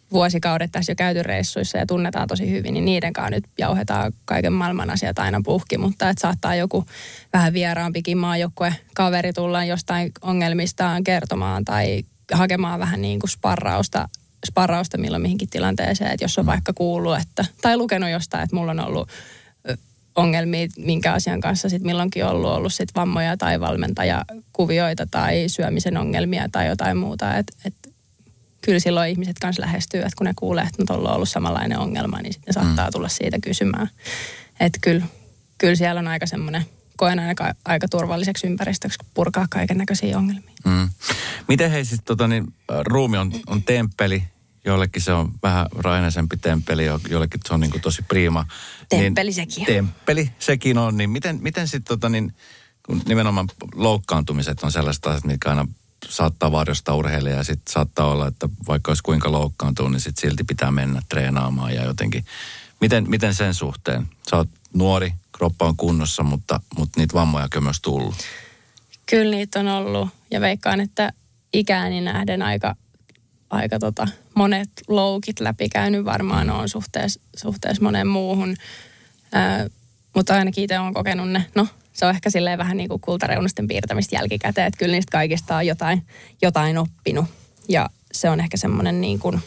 B: vuosikaudet tässä jo käyty reissuissa ja tunnetaan tosi hyvin, niin niiden kanssa nyt jauhetaan kaiken maailman asiat aina puhki, mutta että saattaa joku vähän vieraampikin maajoukkue kaveri tulla jostain ongelmistaan kertomaan tai hakemaan vähän niin kuin sparrausta, sparrausta milloin mihinkin tilanteeseen, että jos on vaikka kuullut, että, tai lukenut jostain, että mulla on ollut ongelmia minkä asian kanssa sitten milloinkin ollut, ollut sit vammoja tai valmentajakuvioita tai syömisen ongelmia tai jotain muuta, että et, kyllä silloin ihmiset kanssa lähestyy, että kun ne kuulee, että nyt on ollut samanlainen ongelma, niin sitten ne saattaa tulla siitä kysymään. Että kyllä, kyllä siellä on aika semmoinen, koen aika, aika turvalliseksi ympäristöksi purkaa kaiken näköisiä ongelmia.
A: Mm. Miten hei siis, tota, niin, ruumi on, on temppeli, joillekin se on vähän rainaisempi temppeli, joillekin se on niin kuin tosi priima.
B: Temppeli
A: niin,
B: sekin on.
A: Temppeli sekin on, niin miten, miten sitten tota, niin, kun nimenomaan loukkaantumiset on sellaista asiat, mitkä aina saattaa varjostaa urheilijaa ja sitten saattaa olla, että vaikka olisi kuinka loukkaantunut, niin sitten silti pitää mennä treenaamaan ja jotenkin. Miten, miten sen suhteen? Sä oot nuori, kroppa on kunnossa, mutta, mutta niitä vammoja on myös tullut.
B: Kyllä niitä on ollut ja veikkaan, että ikääni nähden aika, aika tota, monet loukit läpikäynyt varmaan on suhteessa, suhteessa moneen muuhun. Ää, mutta ainakin itse olen kokenut ne, no se on ehkä silleen vähän niin kuin kultareunusten piirtämistä jälkikäteen, että kyllä niistä kaikista on jotain, jotain oppinut. Ja se on ehkä semmoinen niin kuin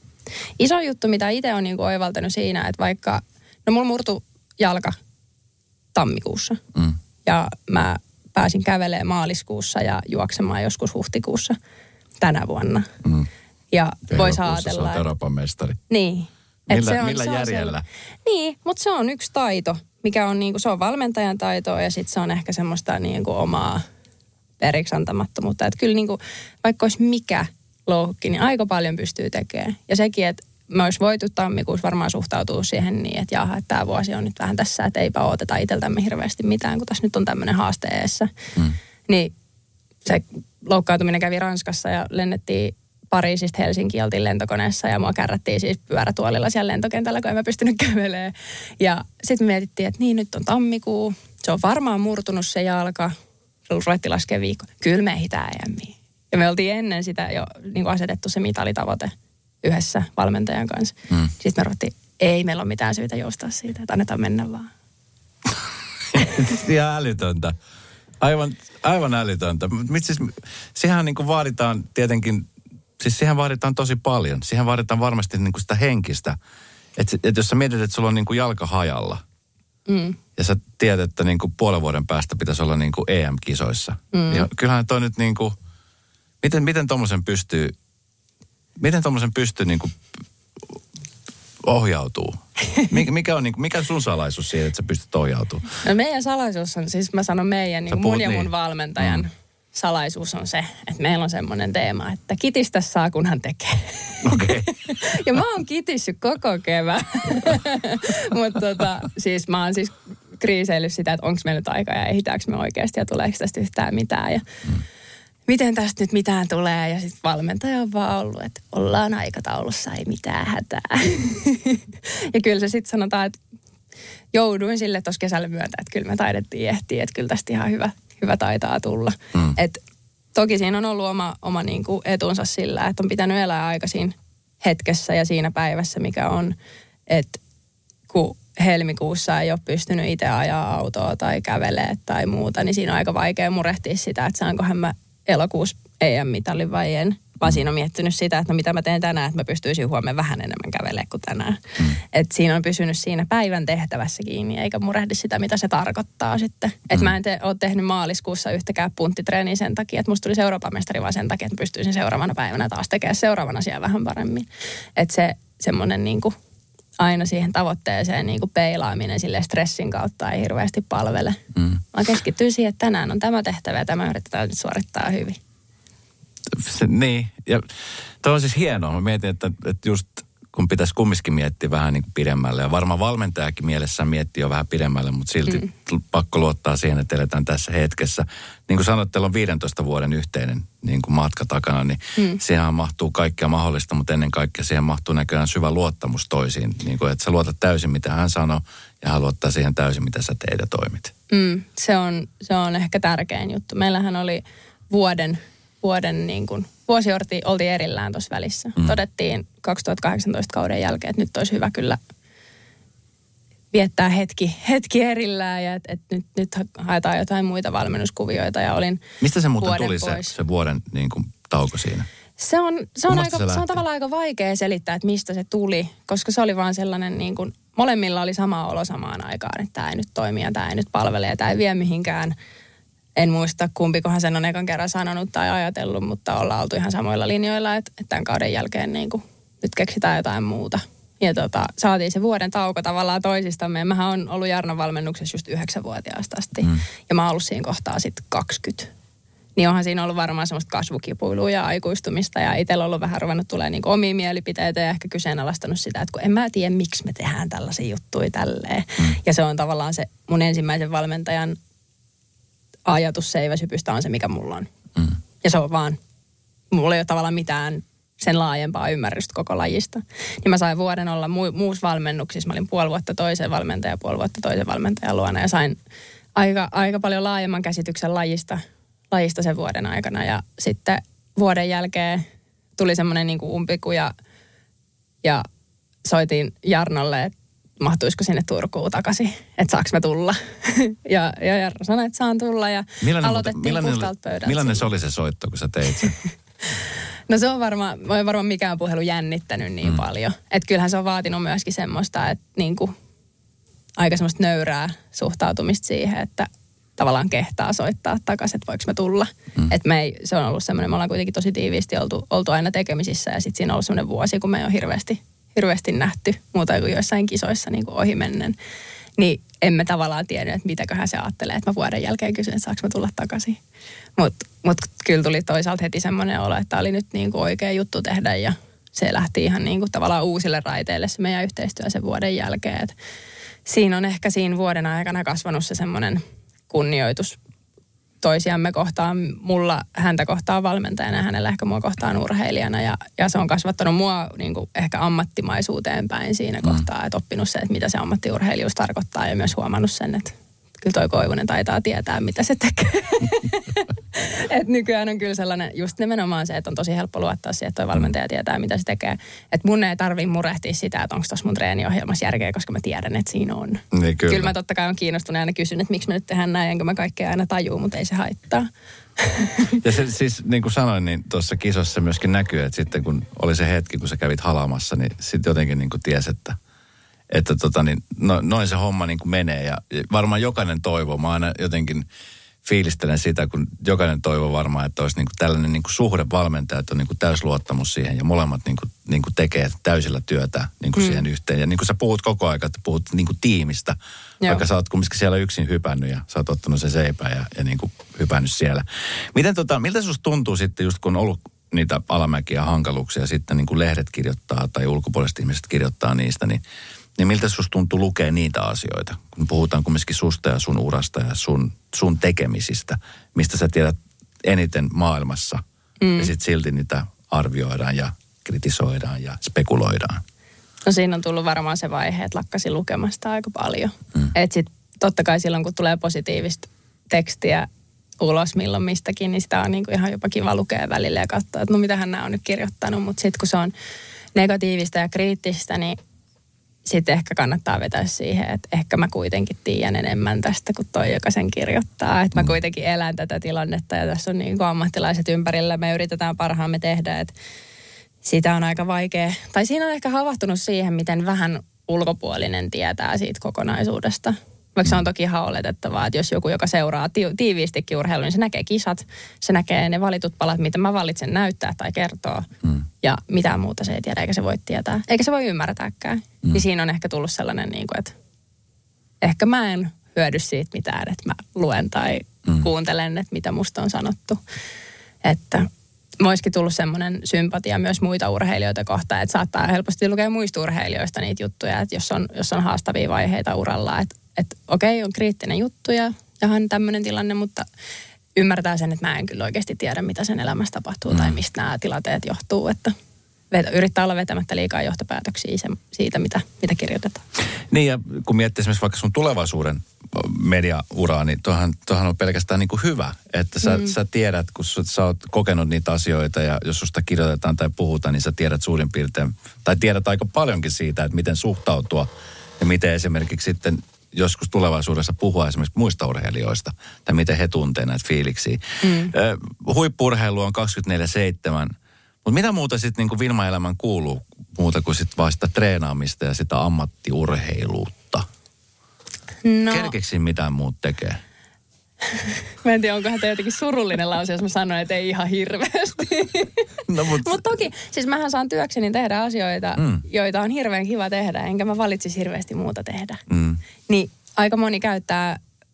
B: iso juttu, mitä itse on niin kuin oivaltanut siinä, että vaikka, no mulla murtui jalka tammikuussa. Mm. Ja mä pääsin kävelemään maaliskuussa ja juoksemaan joskus huhtikuussa tänä vuonna. Mm. Ja voisi ajatella,
A: että Euroopan mestari.
B: Niin.
A: Millä,
B: se on,
A: millä
B: se
A: järjellä?
B: On niin, mutta se on yksi taito, mikä on niinku, se on valmentajan taitoa ja sitten se on ehkä semmoista niinku omaa periksi antamattomuutta. Että kyllä niinku, vaikka olisi mikä louhukki, niin aika paljon pystyy tekemään. Ja sekin, että me olisi voitu tammikuussa varmaan suhtautua siihen niin, että jaha, että tämä vuosi on nyt vähän tässä, että eipä odoteta itseltämme hirveästi mitään, kun tässä nyt on tämmöinen haaste eessä. Mm. Niin se loukkaantuminen kävi Ranskassa ja lennettiin Pariisista Helsinkiin, oltiin lentokoneessa ja mua kärrättiin siis pyörätuolilla siellä lentokentällä, kun en mä pystynyt kävelemään. Ja sitten me mietittiin, että niin nyt on tammikuu, se on varmaan murtunut se jalka, ruvettiin laskemaan viikko. Kyllä me ehditään E M:iin. Ja me oltiin ennen sitä jo niin kuin asetettu se mitalitavoite yhdessä valmentajan kanssa. Mm. Sitten me ruvettiin, ei meillä ole mitään syytä joustaa siitä, että annetaan mennä vaan.
A: Ihan älytöntä. Aivan, aivan älytöntä. Siis, siihen niin kuin vaaditaan tietenkin, siis siihen vaaditaan tosi paljon. Siihen vaaditaan varmasti niin kuin sitä henkistä. Että et jos sä mietit, että sulla on niin kuin jalka hajalla, mm. ja sä tiedät, että niin kuin puolen vuoden päästä pitäisi olla niin kuin E M-kisoissa. Mm. Ja kyllähän toi nyt niin kuin, miten, miten tommosen pystyy, miten tommosen pystyy niin kuin ohjautuu? Mikä on niin kuin, mikä sun salaisuus siihen, että sä pystyt ohjautumaan?
B: No meidän salaisuus on, siis mä sanon meidän, niin mun ja mun niin. valmentajan mm. salaisuus on se, että meillä on semmoinen teema, että kitistä saa, kun hän tekee.
A: Okei. Okay.
B: Ja mä oon kitissyt koko kevään. Mutta tota, siis mä oon siis kriiseillyt sitä, että onko meillä nyt aikaa ja ehditäänkö me oikeasti ja tuleeko tästä yhtään mitään. Ja mm. miten tästä nyt mitään tulee. Ja sitten valmentaja on vaan ollut, että ollaan aikataulussa, ei mitään hätää. Ja kyllä se sitten sanotaan, että jouduin sille tuossa kesällä myöntää, että kyllä me taidettiin ehtiä, että kyllä tästä ihan hyvä. Hyvä taitaa tulla. Mm. Et toki siinä on ollut oma, oma niinku etunsa sillä, että on pitänyt elää aika siinä hetkessä ja siinä päivässä, mikä on, että kun helmikuussa ei ole pystynyt itse ajaa autoa tai kävelee tai muuta, niin siinä on aika vaikea murehtia sitä, että saankohan mä elokuussa E M-mitalin vai en. Vaan siinä on miettinyt sitä, että no mitä mä teen tänään, että mä pystyisin huomenna vähän enemmän kävelemään kuin tänään. Mm. Että siinä on pysynyt siinä päivän tehtävässä kiinni, eikä murehdi sitä, mitä se tarkoittaa sitten. Mm. Että mä en te, ole tehnyt maaliskuussa yhtäkään punttitreeniä sen takia, että musta tuli Euroopan mestari vaan sen takia, että mä pystyisin seuraavana päivänä taas tekemään seuraavan asian vähän paremmin. Että se semmoinen niinku aina siihen tavoitteeseen niinku peilaaminen sille stressin kautta ei hirveästi palvele. Mm. Vaan keskittyy siihen, että tänään on tämä tehtävä ja tämä yritetään nyt suorittaa hyvin.
A: Se, niin, ja toi on siis hienoa. Mä mietin, että, että just kun pitäisi kumminkin miettiä vähän niin kuin pidemmälle, ja varmaan valmentajakin mielessään miettii jo vähän pidemmälle, mutta silti mm. pakko luottaa siihen, että eletään tässä hetkessä. Niin kuin sanoit, teillä on viidentoista vuoden yhteinen niin kuin matka takana, niin mm. siihen mahtuu kaikkea mahdollista, mutta ennen kaikkea siihen mahtuu näköjään syvä luottamus toisiin. Niin kuin, että sä luotat täysin, mitä hän sanoo, ja hän luottaa siihen täysin, mitä sä teet ja toimit.
B: Mm, se on, se on ehkä tärkein juttu. Meillähän oli vuoden... vuoden niin kuin, vuosi oltiin erillään tuossa välissä. Mm. Todettiin kaksituhattakahdeksantoista kauden jälkeen, että nyt olisi hyvä kyllä viettää hetki, hetki erillään ja että et nyt, nyt haetaan jotain muita valmennuskuvioita ja olin
A: Mistä se muuten tuli se, se vuoden niin kuin, tauko siinä?
B: Se on, se, on aika, se, se on tavallaan aika vaikea selittää, että mistä se tuli, koska se oli vaan sellainen niin kuin, molemmilla oli sama olo samaan aikaan, että tämä ei nyt toimi ja tämä ei nyt palvele ja tämä ei vie mihinkään. En muista kumpikohan sen on ekan kerran sanonut tai ajatellut, mutta ollaan oltu ihan samoilla linjoilla, että, että tämän kauden jälkeen niin kuin, nyt keksitään jotain muuta. Ja tota, saatiin se vuoden tauko tavallaan toisistamme. Mähän on ollut Jarnon valmennuksessa just yhdeksänvuotiaasta asti. Mm. Ja mä oon ollut siinä kohtaa sitten kaksikymmentä. Niin onhan siinä ollut varmaan semmoista kasvukipuilua ja aikuistumista. Ja itsellä on ollut vähän ruvennut tulemaan niin omia mielipiteitä ja ehkä kyseenalaistanut sitä, että kun en mä tiedä, miksi me tehdään tällaisia juttuja tälleen. Mm. Ja se on tavallaan se mun ensimmäisen valmentajan ajatus seiväsypystä on se, mikä mulla on. Mm. Ja se on vaan, mulla ei ole tavallaan mitään sen laajempaa ymmärrystä koko lajista. Niin mä sain vuoden olla mu- muussa valmennuksissa. Mä olin puoli vuotta toisen valmentajan ja puoli vuotta toisen valmentajan luona. Ja sain aika, aika paljon laajemman käsityksen lajista, lajista sen vuoden aikana. Ja sitten vuoden jälkeen tuli semmoinen niin kuin umpikuja ja soitin Jarnolle, että mahtuisiko sinne Turkuun takaisin, että saaks mä tulla. ja, ja Jarno sanoi, että saan tulla ja millainen, aloitettiin puhtaalta pöydältä.
A: Millainen se oli se soitto, kun sä teit sen?
B: No se on varmaan, mä en varmaan mikään puhelu jännittänyt niin mm. paljon. Että kyllähän se on vaatinut myöskin semmoista, että niinku aika semmoista nöyrää suhtautumista siihen, että tavallaan kehtaa soittaa takaisin, että voiko mä tulla. Mm. Että me ei, se on ollut semmoinen, me ollaan kuitenkin tosi tiiviisti oltu, oltu aina tekemisissä ja sitten siinä on ollut semmoinen vuosi, kun me ei ole hirveästi, hirveästi nähty muuta kuin joissain kisoissa niin kuin ohimennen. Niin emme tavallaan tiennyt, että mitäköhän se ajattelee, että mä vuoden jälkeen kysyn, että saanko mä tulla takaisin. Mutta mut kyllä tuli toisaalta heti semmoinen olo, että oli nyt niinku oikea juttu tehdä ja se lähti ihan niinku tavallaan uusille raiteille se meidän yhteistyö sen vuoden jälkeen. Et siinä on ehkä siinä vuoden aikana kasvanut se semmoinen kunnioitus toisiamme kohtaan, mulla häntä kohtaan valmentajana ja hänellä ehkä mua kohtaan urheilijana. Ja, ja se on kasvattanut mua niin kuin ehkä ammattimaisuuteen päin siinä mm. kohtaa, että oppinut se, että mitä se ammattiurheilijuus tarkoittaa ja myös huomannut sen, että kyllä toi Koivunen taitaa tietää, mitä se tekee. Että nykyään on kyllä sellainen, just nimenomaan se, että on tosi helppo luottaa siihen, että toi valmentaja tietää, mitä se tekee. Että mun ei tarvitse murehtia sitä, että onko tuossa mun treeniohjelmassa järkeä, koska mä tiedän, että siinä on.
A: Niin, kyllä.
B: kyllä mä totta kai on kiinnostunut ja aina kysyn, että miksi me nyt tehdään näin, enkä mä kaikkea aina tajuu, mutta ei se haittaa.
A: Ja se siis, niin kuin sanoin, niin tuossa kisossa myöskin näkyy, että sitten kun oli se hetki, kun sä kävit halaamassa, niin sitten jotenkin niin kuin tiesi, että Että tota niin, no, noin se homma niin kuin menee ja varmaan jokainen toivoo. Mä aina jotenkin fiilistelen sitä, kun jokainen toivoo varmaan, että olisi niin kuin tällainen niin kuin suhde valmentaja, että on niin kuin täysluottamus siihen ja molemmat niin kuin, niin kuin tekee täysillä työtä niin kuin mm. siihen yhteen. Ja niin kuin sä puhut koko ajan, että puhut niin kuin tiimistä, Joo. vaikka sä oot kumminkin siellä yksin hypännyt ja sä oot ottanut sen seipään ja, ja niin kuin hypännyt siellä. Miten tota, miltä susta tuntuu sitten just kun on ollut niitä alamäkiä hankaluuksia, sitten niin kuin lehdet kirjoittaa tai ulkopuoliset ihmiset kirjoittaa niistä, niin Niin miltä susta tuntuu lukea niitä asioita, kun puhutaan kumminkin susta ja sun urasta ja sun, sun tekemisistä, mistä sä tiedät eniten maailmassa. Mm. Ja sitten silti niitä arvioidaan ja kritisoidaan ja spekuloidaan.
B: No siinä on tullut varmaan se vaihe, että lakkasin lukemasta aika paljon. Mm. Että sitten totta kai silloin, kun tulee positiivista tekstiä ulos milloin mistäkin, niin sitä on niinku ihan jopa kiva lukea välillä ja katsoa, että no mitähän nämä on nyt kirjoittanut. Mutta sitten kun se on negatiivista ja kriittistä, niin sitten ehkä kannattaa vetää siihen, että ehkä mä kuitenkin tiedän enemmän tästä kuin toi, joka sen kirjoittaa. Että mä kuitenkin elän tätä tilannetta ja tässä on niin kuin ammattilaiset ympärillä. Me yritetään parhaamme tehdä, että sitä on aika vaikea. Tai siinä on ehkä havahtunut siihen, miten vähän ulkopuolinen tietää siitä kokonaisuudesta. Vaikka se on toki ihan oletettavaa, että jos joku, joka seuraa ti- tiiviistikin urheilua, niin se näkee kisat, se näkee ne valitut palat, mitä mä valitsen näyttää tai kertoa. Mm. Ja mitään muuta se ei tiedä, eikä se voi tietää. Eikä se voi ymmärtääkään. Mm. Niin siinä on ehkä tullut sellainen, niin kuin, että ehkä mä en hyödy siitä mitään, että mä luen tai mm. kuuntelen, että mitä musta on sanottu. Että olisikin tullut semmoinen sympatia myös muita urheilijoita kohtaan, että saattaa helposti lukea muista urheilijoista niitä juttuja, että jos on, jos on haastavia vaiheita uralla, että, että okei, on kriittinen juttu ja on tämmöinen tilanne, mutta ymmärtää sen, että mä en kyllä oikeasti tiedä, mitä sen elämässä tapahtuu mm. tai mistä nämä tilanteet johtuu, että yrittää olla vetämättä liikaa johtopäätöksiä siitä, mitä, mitä kirjoitetaan.
A: Niin ja kun miettii esimerkiksi vaikka sun tulevaisuuden mediauraa, niin tuohan, tuohan on pelkästään niin kuin hyvä. Että sä, mm. sä tiedät, kun sä, sä oot kokenut niitä asioita ja jos susta kirjoitetaan tai puhutaan, niin sä tiedät suurin piirtein, tai tiedät aika paljonkin siitä, että miten suhtautua ja miten esimerkiksi sitten joskus tulevaisuudessa puhua esimerkiksi muista urheilijoista, tai miten he tuntee näitä fiiliksiä. Mm. Huippu-urheilu on kaksikymmentäneljä seitsemän, mutta mitä muuta sitten niin Vilma-elämän kuuluu, muuta kuin sitten vaan sitä treenaamista ja sitä ammattiurheiluutta? No. Kerkeksi mitään muut tekee?
B: Mä en tiedä, onkohan tämä jotenkin surullinen lause, jos mä sanoin, että ei ihan hirveästi. No, mutta Mut toki, siis mähän saan työkseni tehdä asioita, mm. joita on hirveän kiva tehdä, enkä mä valitsisi hirveästi muuta tehdä. Mm. Niin aika moni käyttää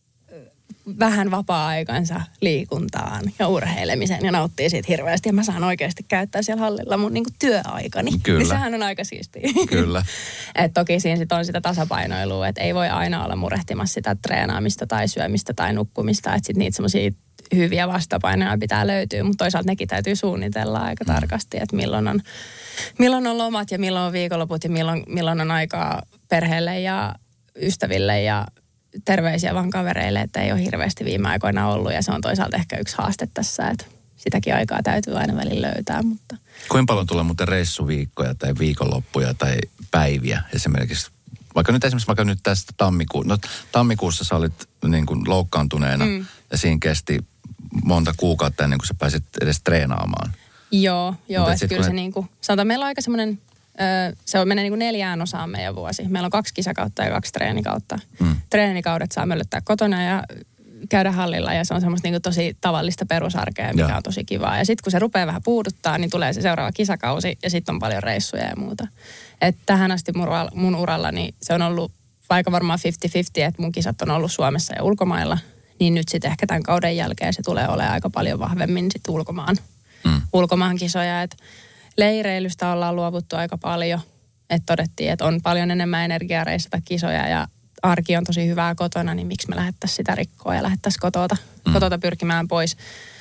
B: vähän vapaa-aikansa liikuntaan ja urheilemiseen ja nauttii siitä hirveästi. Ja mä saan oikeasti käyttää siellä hallilla mun niinku työaikani.
A: Kyllä.
B: Niin sehän on aika siistiä.
A: Kyllä.
B: Et toki siinä sit on sitä tasapainoilua, että ei voi aina olla murehtimassa sitä treenaamista tai syömistä tai nukkumista. Että sit niitä semmoisia hyviä vastapainoja pitää löytyä, mutta toisaalta nekin täytyy suunnitella aika mm. tarkasti, että milloin on, milloin on lomat ja milloin on viikonloput ja milloin, milloin on aikaa perheelle ja ystäville ja terveisiä vaan kavereille, että ei ole hirveästi viime aikoina ollut ja se on toisaalta ehkä yksi haaste tässä, että sitäkin aikaa täytyy aina välillä löytää, mutta...
A: Kuinka paljon tulee muuten reissuviikkoja tai viikonloppuja tai päiviä esimerkiksi? Vaikka nyt esimerkiksi vaikka nyt tästä tammikuussa, no tammikuussa sä olit niin kuin loukkaantuneena mm. ja siinä kesti monta kuukautta ennen kuin sä pääsit edes treenaamaan.
B: Joo, joo, että kyllä se niin kuin, sanotaan meillä on aika semmoinen, se menee niin kuin neljään osaan meidän vuosi. Meillä on kaksi kisakautta ja kaksi treenikautta. Mm. Treenikaudet saa möllöttää kotona ja käydä hallilla ja se on semmoista niin kuin tosi tavallista perusarkea, mikä ja. on tosi kivaa. Ja sitten kun se rupeaa vähän puuduttaa, niin tulee se seuraava kisakausi ja sitten on paljon reissuja ja muuta. Et tähän asti mun, mun urallani se on ollut vaikka varmaan viisikymmentä viisikymmentä, että mun kisat on ollut Suomessa ja ulkomailla. Niin nyt sitten ehkä tämän kauden jälkeen se tulee olemaan aika paljon vahvemmin sitten ulkomaan, mm. ulkomaan kisoja. Et leireilystä ollaan luovuttu aika paljon. Että todettiin, että on paljon enemmän energiaa reissata kisoja ja arki on tosi hyvää kotona, niin miksi me lähettäisiin sitä rikkoa ja lähettäisiin kotota, mm. kotota pyrkimään pois.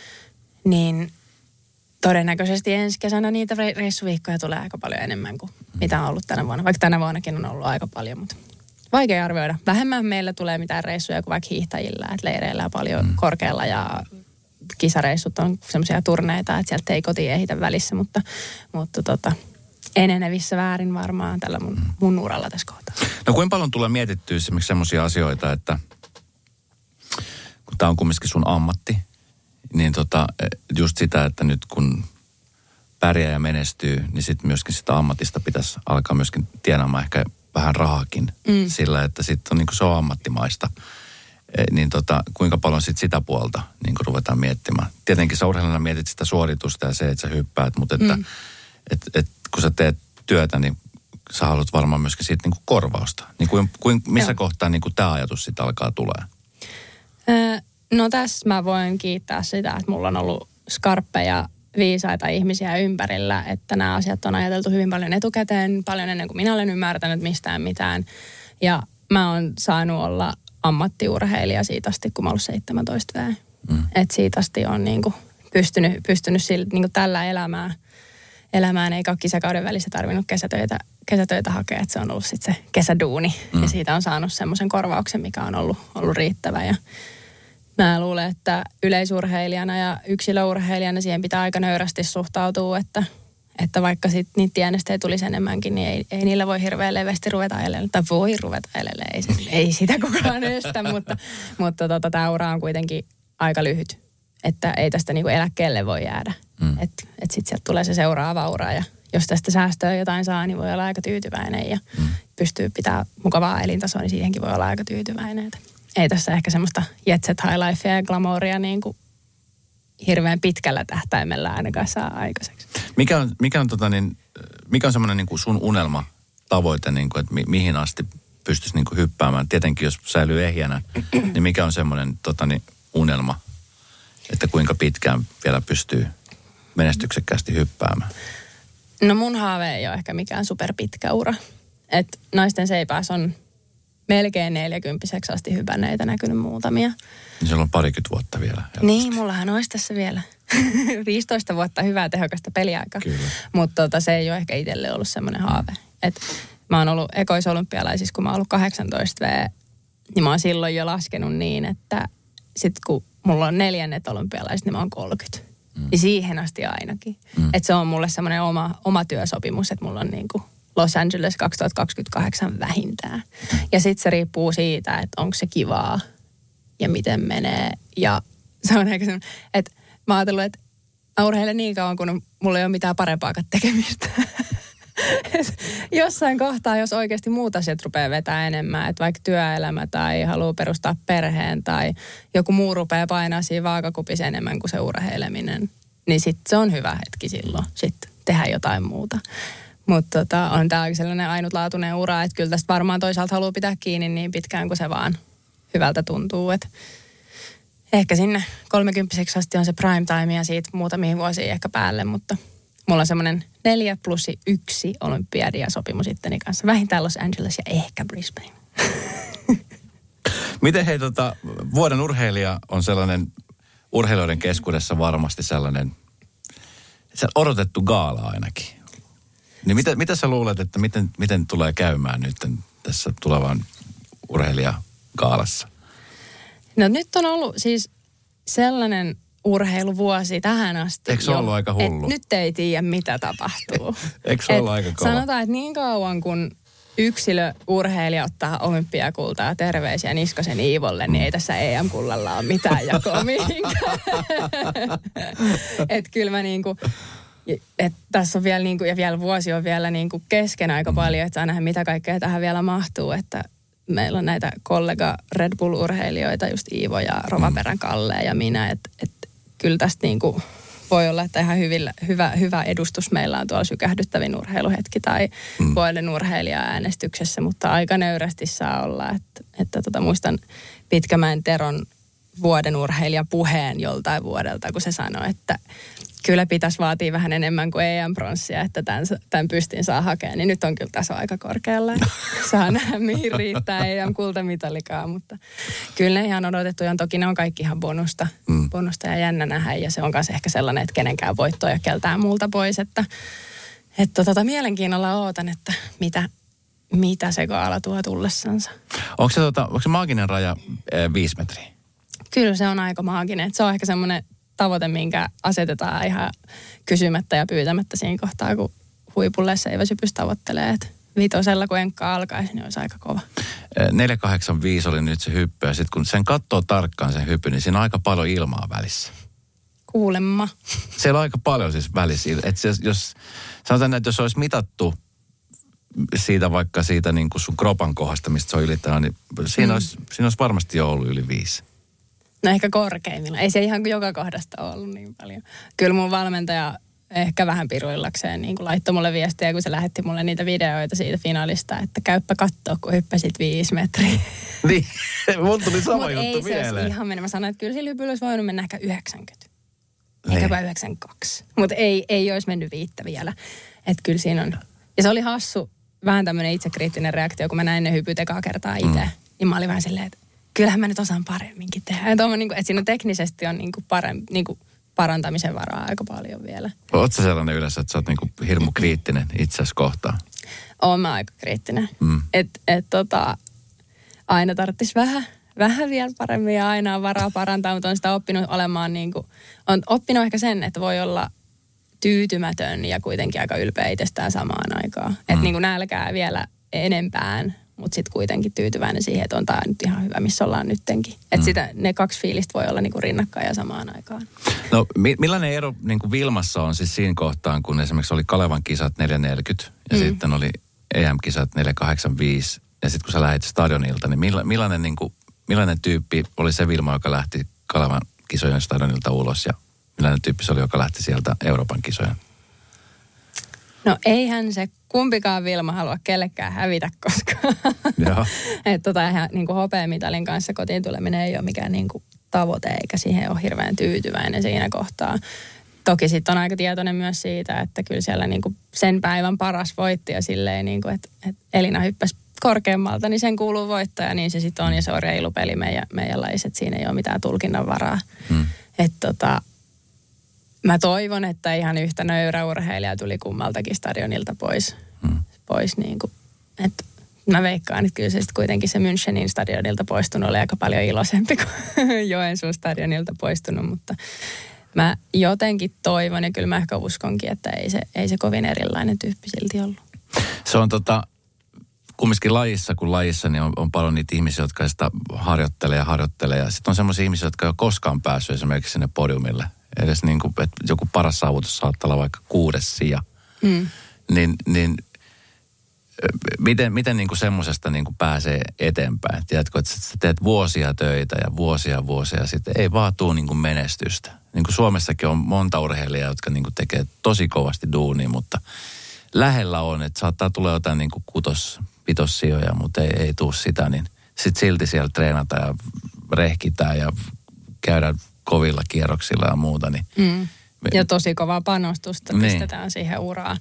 B: Niin todennäköisesti ensi kesänä niitä reissuviikkoja tulee aika paljon enemmän kuin mm. mitä on ollut tänä vuonna. Vaikka tänä vuonnakin on ollut aika paljon, mutta vaikea arvioida. Vähemmän meillä tulee mitään reissuja kuin vaikka hiihtäjillä, että leireillä on paljon mm. korkealla ja kisareissut on semmoisia turneita, että sieltä ei kotiin ehitä välissä, mutta, mutta tota, enenevissä väärin varmaan tällä mun, mun uralla tässä kohtaa.
A: No kuinka paljon tulee mietittyä esimerkiksi semmoisia asioita, että kun tämä on kumminkin sun ammatti, niin tota, just sitä, että nyt kun pärjää ja menestyy, niin sitten myöskin sitä ammatista pitäisi alkaa myöskin tienaamaan ehkä vähän rahakin mm. sillä, että sitten on niin kuin se on ammattimaista. E, niin tota, kuinka paljon sitten sitä puolta niin kuin ruvetaan miettimään. Tietenkin sä urheilijana mietit sitä suoritusta ja se, että sä hyppäät, mutta että mm. et, et, kun sä teet työtä, niin sä haluat varmaan myöskin siitä niin kuin korvausta. Niin kuin, kuin, missä Joo. kohtaa niin kuin tämä ajatus sitten alkaa tulee?
B: Öö, no tässä mä voin kiittää sitä, että mulla on ollut skarppeja, viisaita ihmisiä ympärillä, että nämä asiat on ajateltu hyvin paljon etukäteen, paljon ennen kuin minä olen ymmärtänyt mistään mitään. Ja mä oon saanut olla ammattiurheilija siitä asti, kun mä oon ollut seitsemäntoista vuotta. Mm. Että siitä asti on niin kuin pystynyt, pystynyt sillä, niin kuin tällä elämää, elämään, eikä ole kisakauden välissä tarvinnut kesätöitä, kesätöitä hakea, että se on ollut sitten se kesäduuni. Mm. Ja siitä on saanut semmoisen korvauksen, mikä on ollut, ollut riittävä. Ja mä luulen, että yleisurheilijana ja yksilöurheilijana siihen pitää aika nöyrästi suhtautua, että, että vaikka sit niitä tienestä ei tulisi enemmänkin, niin ei, ei niillä voi hirveän leveästi ruveta ajelemaan. Tai voi ruveta ajelemaan, ei, ei sitä kukaan estä, mutta, mutta tota, tämä ura on kuitenkin aika lyhyt. Että ei tästä niinku eläkkeelle voi jäädä. Mm. Että et sitten sieltä tulee se seuraava ura ja jos tästä säästöä jotain saa, niin voi olla aika tyytyväinen ja mm. pystyy pitää mukavaa elintasoa, niin siihenkin voi olla aika tyytyväinen. Että ei tässä ehkä semmoista jet set high lifea ja glamouria niin kuin hirveän pitkällä tähtäimellä ainakaan saa aikaiseksi.
A: Mikä on, mikä on, tota niin, mikä on semmoinen niin kuin sun unelma tavoite, niin kuin, että mi, mihin asti pystyisi niin kuin hyppäämään? Tietenkin jos säilyy ehjänä, niin mikä on semmoinen tota niin, unelma, että kuinka pitkään vielä pystyy menestyksekkäästi hyppäämään?
B: No mun haave ei ole ehkä mikään superpitkä ura. Että naisten seipäs on melkein neljäkymppiseksi asti hypänneitä näkynyt muutamia.
A: Niin siellä on parikymmentä vuotta vielä. Helposti.
B: Niin, mullahan olisi tässä vielä viisitoista vuotta hyvää tehokasta peliaikaa. Mutta tota, se ei ole ehkä itselle ollut semmoinen haave. Et mä oon ollut ekoisolympialaisissa, kun mä oon ollut kahdeksantoista vuotta niin mä oon silloin jo laskenut niin, että sit kun mulla on neljännet olympialaiset, niin mä oon kolmekymmentä. Mm. Ja siihen asti ainakin. Mm. Että se on mulle semmoinen oma, oma työsopimus, että mulla on niin kuin Los Angeles kaksituhattakaksikymmentäkahdeksan vähintään. Mm. Ja sitten se riippuu siitä, että onko se kivaa ja miten menee. Ja se on aika semmoinen, että mä oon ajatellut, että mä urheilen niin kauan, kun mulla ei ole mitään parempaakaan tekemistä. Jossain kohtaa, jos oikeasti muut asiat rupeaa vetää enemmän, että vaikka työelämä tai haluaa perustaa perheen tai joku muu rupeaa painaa siinä vaakakupissa enemmän kuin se urheileminen, niin sitten se on hyvä hetki silloin sitten tehdä jotain muuta. Mutta tota, on tämä sellainen ainutlaatuinen ura, että kyllä tästä varmaan toisaalta haluaa pitää kiinni niin pitkään kuin se vaan hyvältä tuntuu. Et ehkä sinne kolmekymppiseksi asti on se prime time ja siitä muutamia vuosia ehkä päälle, mutta mulla on semmoinen neljä plus yksi olympiadia sopimus itteni kanssa. Vähintään Los Angeles ja ehkä Brisbane.
A: Miten hei, tota, vuoden urheilija on sellainen urheilijoiden keskuudessa varmasti sellainen se odotettu gaala ainakin. Niin mitä, mitä sä luulet, että miten, miten tulee käymään nyt tässä tulevan urheilijagaalassa?
B: No nyt on ollut siis sellainen urheiluvuosi tähän asti.
A: Eikö se ollut aika hullu?
B: Nyt ei tiedä, mitä tapahtuu.
A: Eikö se ollut aika kova?
B: Sanotaan, että niin kauan kun yksilöurheilija ottaa olympiakultaa terveisiä Niskasen Iivolle, niin ei tässä E M-kullalla ole mitään jakoa mihinkään. Että kyllä mä niinku, että tässä on vielä niinku, ja vielä vuosi on vielä niinku kesken aika paljon, että saa nähdä mitä kaikkea tähän vielä mahtuu, että meillä on näitä kollega Red Bull-urheilijoita, just Iivo ja Rovaperän Kalle ja minä, että et, kyllä tästä niinku voi olla, että ihan hyvillä, hyvä, hyvä edustus meillä on tuolla sykähdyttävin urheiluhetki tai mm. vuoden urheilija-äänestyksessä, mutta aika nöyrästi saa olla, että, että tota, muistan Pitkämäen Teron vuoden urheilijapuheen joltain vuodelta, kun se sanoi, että kyllä pitäisi vaatia vähän enemmän kuin E M-pronssia, että tämän, tämän pystin saa hakea, niin nyt on kyllä taso aika korkealla. Saa nähdä, mihin riittää E M-kultamitalikaan, mutta kyllä ne ihan odotettuja on. Toki ne on kaikki ihan bonusta, mm. bonusta ja jännä nähdä, ja se on myös ehkä sellainen, että kenenkään voitto ei keltää multa pois, että, että tota, mielenkiinnolla ootan, että mitä, mitä se gaala tuo tullessansa.
A: Onko se, tota, onko se maaginen raja e, viisi metriä?
B: Kyllä se on aika maaginen. Se on ehkä semmoinen tavoite, minkä asetetaan ihan kysymättä ja pyytämättä siinä kohtaa, kun huipulle seiväsypys tavoittelee. Että vitosella, kun enkka alkaisi, niin olisi aika kova.
A: neljä kahdeksankymmentäviisi oli nyt se hyppy, ja sitten kun sen katsoo tarkkaan sen hyppy, niin siinä on aika paljon ilmaa välissä.
B: Kuulemma.
A: Siellä on aika paljon siis välissä. Että se, jos, sanotaan, että jos olisi mitattu siitä vaikka siitä niin kuin sun kropan kohdasta, mistä se on ylittänyt, niin siinä, mm. olisi, siinä olisi varmasti jo ollut yli viisi.
B: No ehkä korkeimmilla. Ei se ihan joka kohdasta ole ollut niin paljon. Kyllä mun valmentaja ehkä vähän piruillakseen niin kuin laittoi mulle viestiä, kun se lähetti mulle niitä videoita siitä finaalista, että käyppä kattoo, kun hyppäsit viisi metriä.
A: Niin, mun tuli sama
B: Mut
A: juttu
B: ei
A: mieleen.
B: Se olisi ihan mennä. Mä sanoin, että kyllä sillä hypyllä olisi voinut mennä ehkä yhdeksänkymmentä. Niin. Ehkäpä yhdeksänkymmentäkaksi. Mutta ei, ei olisi mennyt viittä vielä. Että kyllä siinä on. Ja se oli hassu, vähän tämmöinen itsekriittinen reaktio, kun mä näin ne hypyt ekaa kertaa itse. Mm. Niin mä olin vähän silleen, että kyllähän mä nyt osaan paremminkin tehdä. Että, on, niin kuin, että siinä teknisesti on niin kuin parempi, niin kuin parantamisen varaa aika paljon vielä.
A: Ootko sä sellainen yleensä, että sä oot niin kuin hirmu kriittinen itseäsi kohtaan?
B: Oon mä aika kriittinen.
A: Mm.
B: Että et, tota, aina tarvitsisi vähän, vähän vielä paremmin ja aina on varaa parantaa, mutta on sitä oppinut olemaan niin kuin, on oppinut ehkä sen, että voi olla tyytymätön ja kuitenkin aika ylpeä itsestään samaan aikaan. Mm. Että niin kuin nälkää vielä enempään. Mutta sitten kuitenkin tyytyväinen siihen, että on tämä nyt ihan hyvä, missä ollaan nyttenkin. Että mm. sitä, ne kaksi fiilistä voi olla niinku rinnakkain ja samaan aikaan.
A: No mi- millainen ero niinku Vilmassa on siis siinä kohtaan, kun esimerkiksi oli Kalevan kisat neljä neljäkymmentä ja mm. sitten oli E M-kisat neljä kahdeksankymmentäviisi ja sitten kun sä lähdit stadionilta, niin milla, millainen, niinku, millainen tyyppi oli se Vilma, joka lähti Kalevan kisojen stadionilta ulos ja millainen tyyppi se oli, joka lähti sieltä Euroopan kisojen?
B: No eihän se kumpikaan Vilma halua kellekään hävitä koskaan. Että tota ihan niin kuin hopeamitalin kanssa kotiin tuleminen ei ole mikään niin kuin tavoite, eikä siihen ole hirveän tyytyväinen siinä kohtaa. Toki sitten on aika tietoinen myös siitä, että kyllä siellä niin kuin sen päivän paras voittaja silleen, niin kuin, että, että Elina hyppäsi korkeammalta, niin sen kuuluu voittaja, niin se sitten on. Ja se on reilu peli meidän, meidän lajissa, että siinä ei ole mitään tulkinnan varaa. Hmm. Että tota... Mä toivon, että ihan yhtä nöyrä urheilija tuli kummaltakin stadionilta pois. Hmm. pois niin kuin, että mä veikkaan, että kyllä se sitten kuitenkin se Münchenin stadionilta poistunut oli aika paljon iloisempi kuin Joensuun stadionilta poistunut, mutta mä jotenkin toivon ja kyllä mä ehkä uskonkin, että ei se, ei se kovin erilainen tyyppi silti ollut.
A: Se on tota, kumminkin lajissa kuin lajissa, niin on, on paljon niitä ihmisiä, jotka sitä harjoittelee ja harjoittelee. Ja sitten on semmoisia ihmisiä, jotka ei ole koskaan päässyt esimerkiksi sinne podiumille. Edes niin kuin, että joku paras saavutus saattaa olla vaikka kuudes sija. Mm. Niin, niin miten, miten niin kuin semmoisesta niin kuin pääsee eteenpäin? Tiedätkö, että sä teet vuosia töitä ja vuosia vuosia sitten ei vaan tule niin kuin menestystä. Niin kuin Suomessakin on monta urheilijaa, jotka niin kuin tekee tosi kovasti duunia, mutta lähellä on, että saattaa tulla jotain niin kuin kutos, pitossijoja, mutta ei, ei tule sitä, niin sitten silti siellä treenata ja rehkitään ja käydään kovilla kierroksilla ja muuta. Niin
B: mm. Ja tosi kovaa panostusta niin pistetään siihen uraan.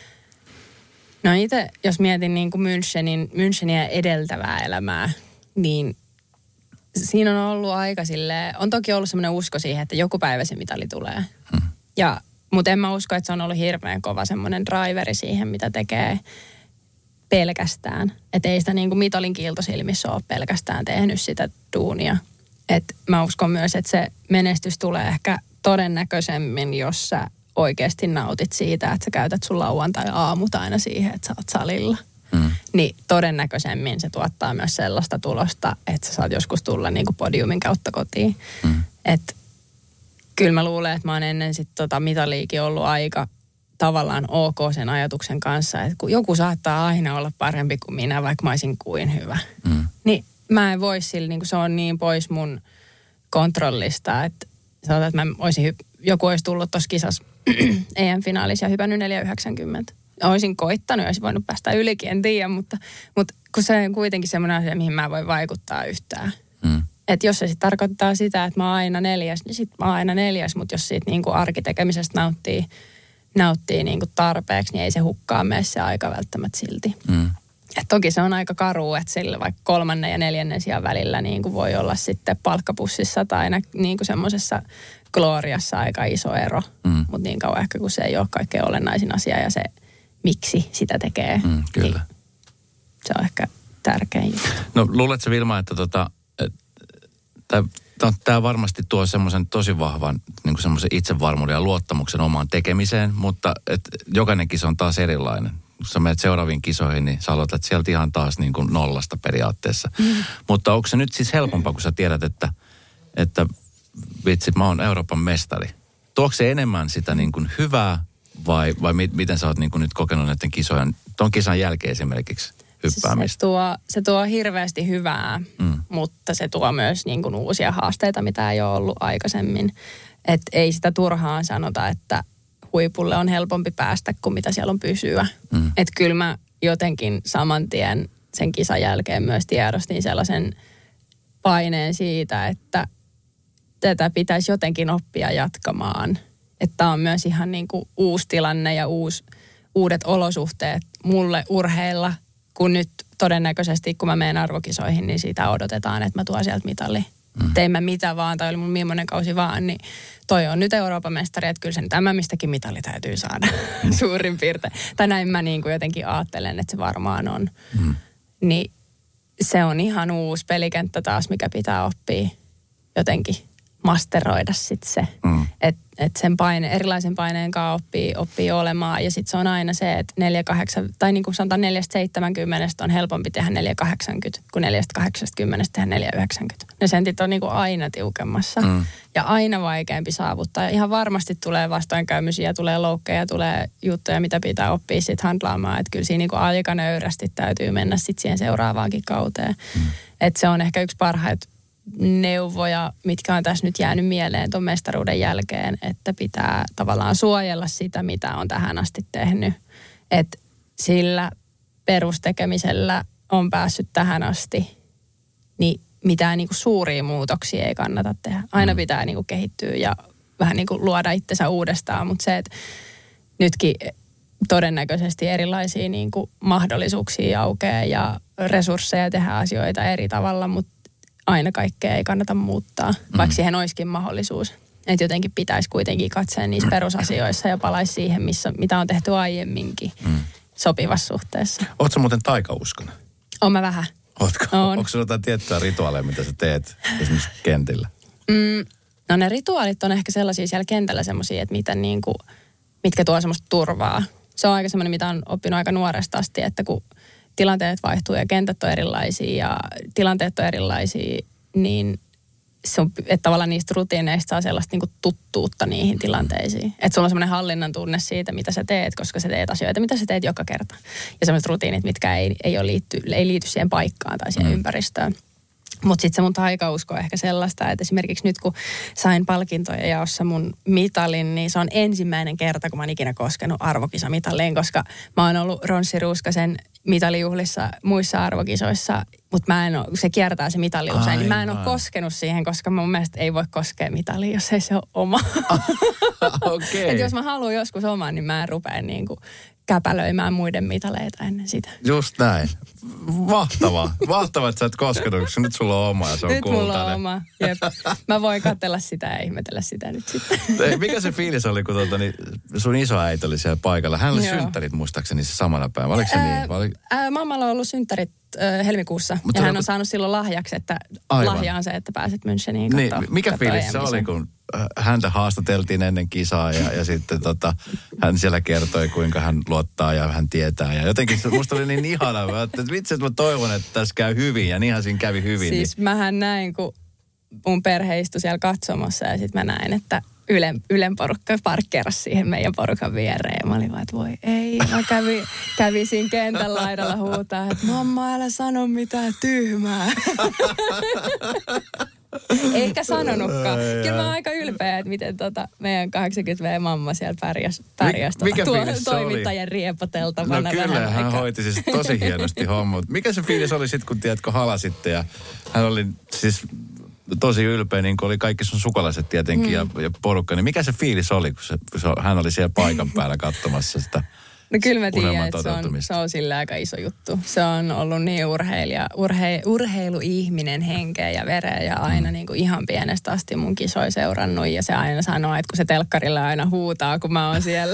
B: No itse, jos mietin niin kuin Münchenin, Müncheniä edeltävää elämää, niin siinä on ollut aika silleen, on toki ollut semmoinen usko siihen, että joku päivä se mitali tulee. Hmm. Ja, mutta en mä usko, että se on ollut hirveän kova semmoinen driveri siihen, mitä tekee pelkästään. Että ei sitä niin kuin mitalin kiiltosilmissä ole pelkästään tehnyt sitä duunia. Että mä uskon myös, että se menestys tulee ehkä todennäköisemmin, jos sä oikeasti nautit siitä, että sä käytät sun lauantai-aamut aina siihen, että sä oot salilla. Mm. Niin todennäköisemmin se tuottaa myös sellaista tulosta, että sä saat joskus tulla niin kuin podiumin kautta kotiin. Mm. Että kyllä mä luulen, että mä oon ennen sit tota mitaliikin ollut aika tavallaan ok sen ajatuksen kanssa, että kun joku saattaa aina olla parempi kuin minä, vaikka mä olisin kuin hyvä. Mm. Niin mä en voi sillä, niin kuin se on niin pois mun kontrollista, että sanotaan, että mä olisin, joku olisi tullut tuossa kisassa E M-finaalissa ja hypännyt neljä yhdeksänkymmentä. Olisin koittanut ja olisin voinut päästä ylikin, en tiedä, mutta, mutta kun se on kuitenkin semmoinen asia, mihin mä voin vaikuttaa yhtään. Mm. Että jos se sitten tarkoittaa sitä, että mä oon aina neljäs, niin sitten mä oon aina neljäs, mutta jos siitä niin kuin arkitekemisestä nauttii, nauttii niin kuin tarpeeksi, niin ei se hukkaa mene se aika välttämättä silti. Mm. Et toki se on aika karu, että sillä vaikka kolmannen ja neljännen sijaan välillä niin kuin voi olla sitten palkkapussissa tai aina niin kuin semmoisessa gloriassa aika iso ero. Mm. Mutta niin kauan ehkä, kun se ei ole kaikkein olennaisin asia ja se, miksi sitä tekee.
A: Mm, kyllä.
B: Niin se on ehkä tärkein juttu.
A: No luuletko Vilma, että tota, tämä varmasti tuo semmoisen tosi vahvan niin kuin semmoisen itsevarmuuden ja luottamuksen omaan tekemiseen, mutta et jokainen kisa on taas erilainen. Kun sä menet seuraaviin kisoihin, niin sä aloitat sieltä ihan taas niin kuin nollasta periaatteessa. Mm. Mutta onko se nyt siis helpompaa, kun sä tiedät, että, että vitsi, mä oon Euroopan mestari. Tuoko se enemmän sitä niin kuin hyvää vai, vai mi, miten sä oot niin kuin nyt kokenut näiden kisojen, ton kisan jälkeen esimerkiksi hyppäämistä?
B: Se tuo, se tuo hirveästi hyvää, mm. mutta se tuo myös niin kuin uusia haasteita, mitä ei ole ollut aikaisemmin. Että ei sitä turhaan sanota, että huipulle on helpompi päästä kuin mitä siellä on pysyä. Mm. Että kyllä mä jotenkin saman tien sen kisan jälkeen myös tiedostin sellaisen paineen siitä, että tätä pitäisi jotenkin oppia jatkamaan. Että tämä on myös ihan niin kuin uusi tilanne ja uusi, uudet olosuhteet mulle urheilla, kun nyt todennäköisesti, kun mä menen arvokisoihin, niin siitä odotetaan, että mä tuon sieltä mitali. Mm. Tein mä mitä vaan, tai oli mun millainen kausi vaan, niin toi on nyt Euroopan mestari, että kyllä sen tämä mistäkin mitali täytyy saada mm. suurin piirtein. Tai näin mä niin kuin jotenkin ajattelen, että se varmaan on. Mm. Niin se on ihan uusi pelikenttä taas, mikä pitää oppia jotenkin masteroida sitten se. Mm. Että et sen paine, erilaisen paineen kanssa oppii, oppii olemaan. Ja sitten se on aina se, että neljä kahdeksan, tai niin kuin sanotaan neljästä seitsemänkymmentä on helpompi tehdä neljä kahdeksankymmentä kuin neljästä kahdeksakymmentä tehdä neljä yhdeksänkymmentä. Ne sentit on niin kuin aina tiukemmassa. Mm. Ja aina vaikeampi saavuttaa. Ja ihan varmasti tulee vastoinkäymisiä, tulee loukkeja, tulee juttuja, mitä pitää oppia sitten handlaamaan. Että kyllä siinä niin kuin aika nöyrästi täytyy mennä sitten siihen seuraavaankin kauteen. Mm. Että se on ehkä yksi parhaita neuvoja, mitkä on tässä nyt jäänyt mieleen tuon mestaruuden jälkeen, että pitää tavallaan suojella sitä, mitä on tähän asti tehnyt. Että sillä perustekemisellä on päässyt tähän asti, niin mitään niinku suuria muutoksia ei kannata tehdä. Aina pitää niinku kehittyä ja vähän niinku luoda itsensä uudestaan, mutta se, että nytkin todennäköisesti erilaisia niinku mahdollisuuksia aukeaa ja resursseja tehdä asioita eri tavalla, mutta aina kaikkea ei kannata muuttaa, mm. vaikka siihen olisikin mahdollisuus. Että jotenkin pitäisi kuitenkin katsoa niissä perusasioissa ja palaisi siihen, missä, mitä on tehty aiemminkin mm. sopivassa suhteessa.
A: Ootko muuten taikauskonen?
B: Oon mä vähän.
A: Ootko? On. Onko sinulla jotain tiettyä rituaaleja, mitä sä teet esimerkiksi kentillä?
B: Mm, no ne rituaalit on ehkä sellaisia siellä kentällä semmoisia, että miten niinku, mitkä tuo semmoista turvaa. Se on aika semmoinen, mitä on oppinut aika nuoresta asti, että kun tilanteet vaihtuu ja kentät on erilaisia ja tilanteet on erilaisia, niin se on, että tavallaan niistä rutiineista saa sellaista niinku tuttuutta niihin tilanteisiin. Että sulla on semmoinen hallinnan tunne siitä, mitä sä teet, koska sä teet asioita, mitä sä teet joka kerta. Ja semmoiset rutiinit, mitkä ei, ei, ole liitty, ei liity siihen paikkaan tai siihen mm. ympäristöön. Mutta sitten se mun taikausko on ehkä sellaista, että esimerkiksi nyt kun sain palkintoja jaossa mun mitalin, niin se on ensimmäinen kerta, kun mä oon ikinä koskenut arvokisamitaliin, koska mä oon ollut Ronssi Ruuskasen mitalijuhlissa muissa arvokisoissa, mutta mä en ole, se kiertää se mitali usein, niin mä en ole koskenut siihen, koska mun mielestä ei voi koskea mitaliin, jos ei se ole oma.
A: Okay.
B: Että jos mä haluan joskus oman, niin mä en rupea niin kuin käpälöimään muiden mitaleita ennen sitä.
A: Just näin. Mahtavaa. Mahtavaa, että sä et koskenut, koska nyt sulla on oma ja se on
B: nyt
A: kultainen.
B: Nyt mulla on oma. Jep. Mä voin katsella sitä ja ihmetellä sitä nyt sitten.
A: Mikä se fiilis oli, kun tuota, niin sun isoäiti oli siellä paikalla? Hän oli synttärit muistaakseni se samana päivänä. Oliko se ää, niin? Oli...
B: Ää, mammalla on ollut synttärit äh, helmikuussa. Mutta ja hän on saanut silloin lahjaksi, että aivan. Lahja on se, että pääset Müncheniin katsoa.
A: Niin, mikä fiilis se oli, kun häntä haastateltiin ennen kisaa ja, ja sitten tota, hän siellä kertoi, kuinka hän luottaa ja hän tietää. Ja jotenkin se musta oli niin ihana, että vitsi, että mä toivon, että tässä käy hyvin ja niinhän siinä kävi hyvin.
B: Siis
A: niin.
B: Mähän näin, kun mun perhe istui siellä katsomassa ja sitten mä näin, että Ylen, Ylen porukka parkkeerasi siihen meidän porukan viereen. Ja mä olin vaan, että voi ei. Mä kävin, kävin siinä kentän laidalla huutaa, että mamma, älä sano mitään tyhmää. Eikä sanonutkaan. Kyllä mä oon aika ylpeä, että miten tota meidän kahdeksankymmentä vuotias-mamma siellä pärjäs, pärjäs
A: Mik,
B: tuo, toimittajien riepoteltavana.
A: No kyllä, hän aikaa. Hoiti siis tosi hienosti hommat. Mikä se fiilis oli sitten, kun tiedätkö, halasitte ja hän oli siis tosi ylpeä, niin kuin oli kaikki sun sukulaiset tietenkin mm. ja, ja porukka. Niin mikä se fiilis oli, kun se, se, hän oli siellä paikan päällä katsomassa sitä?
B: No kyllä mä tiedän, että se on, se on sillä aika iso juttu. Se on ollut niin urheilija, urhe, urheiluihminen henkeä ja vereä ja aina mm. niin kuin ihan pienestä asti mun kisoi seurannut. Ja se aina sanoo, että kun se telkkarilla aina huutaa, kun mä oon siellä.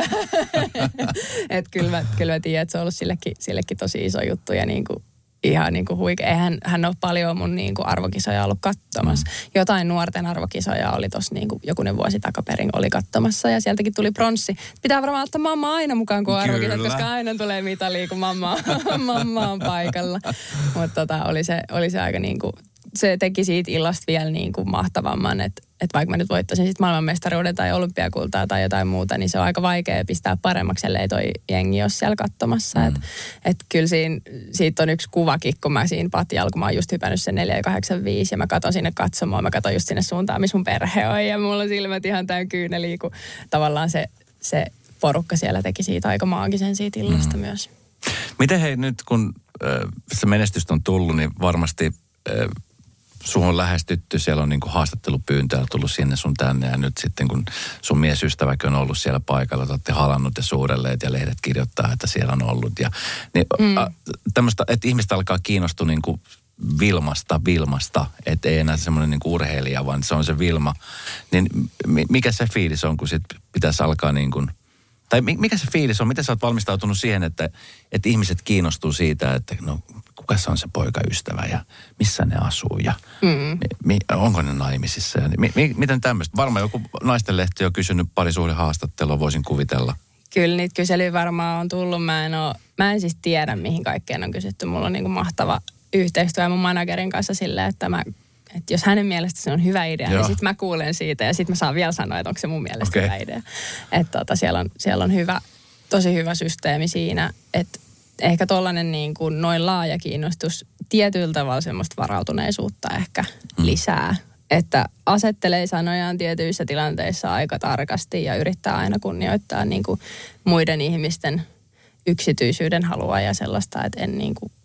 B: Että kyllä mä, kyllä mä tiedän, että se on ollut sillekin, sillekin tosi iso juttu ja niin kuin ihan niin kuin huikea. Eihän hän ole paljon mun niin kuin arvokisoja ollut katsomassa. Mm. Jotain nuorten arvokisoja oli tossa niin kuin jokunen vuosi takaperin oli katsomassa ja sieltäkin tuli pronssi. Pitää varmaan ottaa mamma aina mukaan kuin arvokisat, koska aina tulee mitalia, kun mamma, mamma on paikalla. Mutta tota, oli, se, oli se aika niin kuin, se teki siitä illasta vielä niin kuin mahtavamman, että et vaikka mä nyt voittaisin sit maailmanmestaruuden tai olympiakultaa tai jotain muuta, niin se on aika vaikea pistää paremmaksi, ellei toi jengi ole siellä katsomassa. Mm. Että et kyllä siinä, siitä on yksi kuvakin, kun mä siinä patjalla, kun mä oon just hypännyt sen neljä kahdeksan viisi ja mä katon sinne katsomaan, mä katon just sinne suuntaan, missä mun perhe on ja mulla on silmät ihan täyn kyyneliä, kun tavallaan se, se porukka siellä teki siitä aika maagisen siitä illasta mm. myös.
A: Miten hei nyt, kun äh, se menestystä on tullut, niin varmasti äh, suhun on lähestytty, siellä on niinku haastattelupyyntöä tullut sinne sun tänne ja nyt sitten kun sun miesystäväkin on ollut siellä paikalla, te olette halannut ja suurelleet ja lehdet kirjoittaa, että siellä on ollut. Ja, niin, mm. a, tämmöistä, että ihmistä alkaa kiinnostua niinku Vilmasta, Vilmasta, että ei enää semmoinen niinku urheilija, vaan se on se Vilma. Niin mikä se fiilis on, kun sit pitäisi alkaa niin kuin, tai mikä se fiilis on, miten sä oot valmistautunut siihen, että, että ihmiset kiinnostuu siitä, että no kuka se on se poikaystävä ja missä ne asuu ja mm. mi, onko ne naimisissa. Ja, mi, mi, miten tämmöistä? Varmaan joku naistenlehti on kysynyt parisuhdehaastattelua, voisin kuvitella.
B: Kyllä niitä kyselyjä varmaan on tullut. Mä en, ole, mä en siis tiedä, mihin kaikkeen on kysytty. Mulla on niin kuin mahtava yhteistyö mun managerin kanssa silleen, että mä että jos hänen mielestä se on hyvä idea, Joo. niin sitten mä kuulen siitä ja sitten mä saan vielä sanoa, että onko se mun mielestä okay. hyvä idea. Että tota, siellä on, siellä on hyvä, tosi hyvä systeemi siinä, että ehkä tollainen niin kuin noin laaja kiinnostus tietyllä tavalla semmoista varautuneisuutta ehkä mm. lisää. Että asettelee sanojaan tietyissä tilanteissa aika tarkasti ja yrittää aina kunnioittaa niin kuin muiden ihmisten yksityisyyden halua ja sellaista, että en niin kuin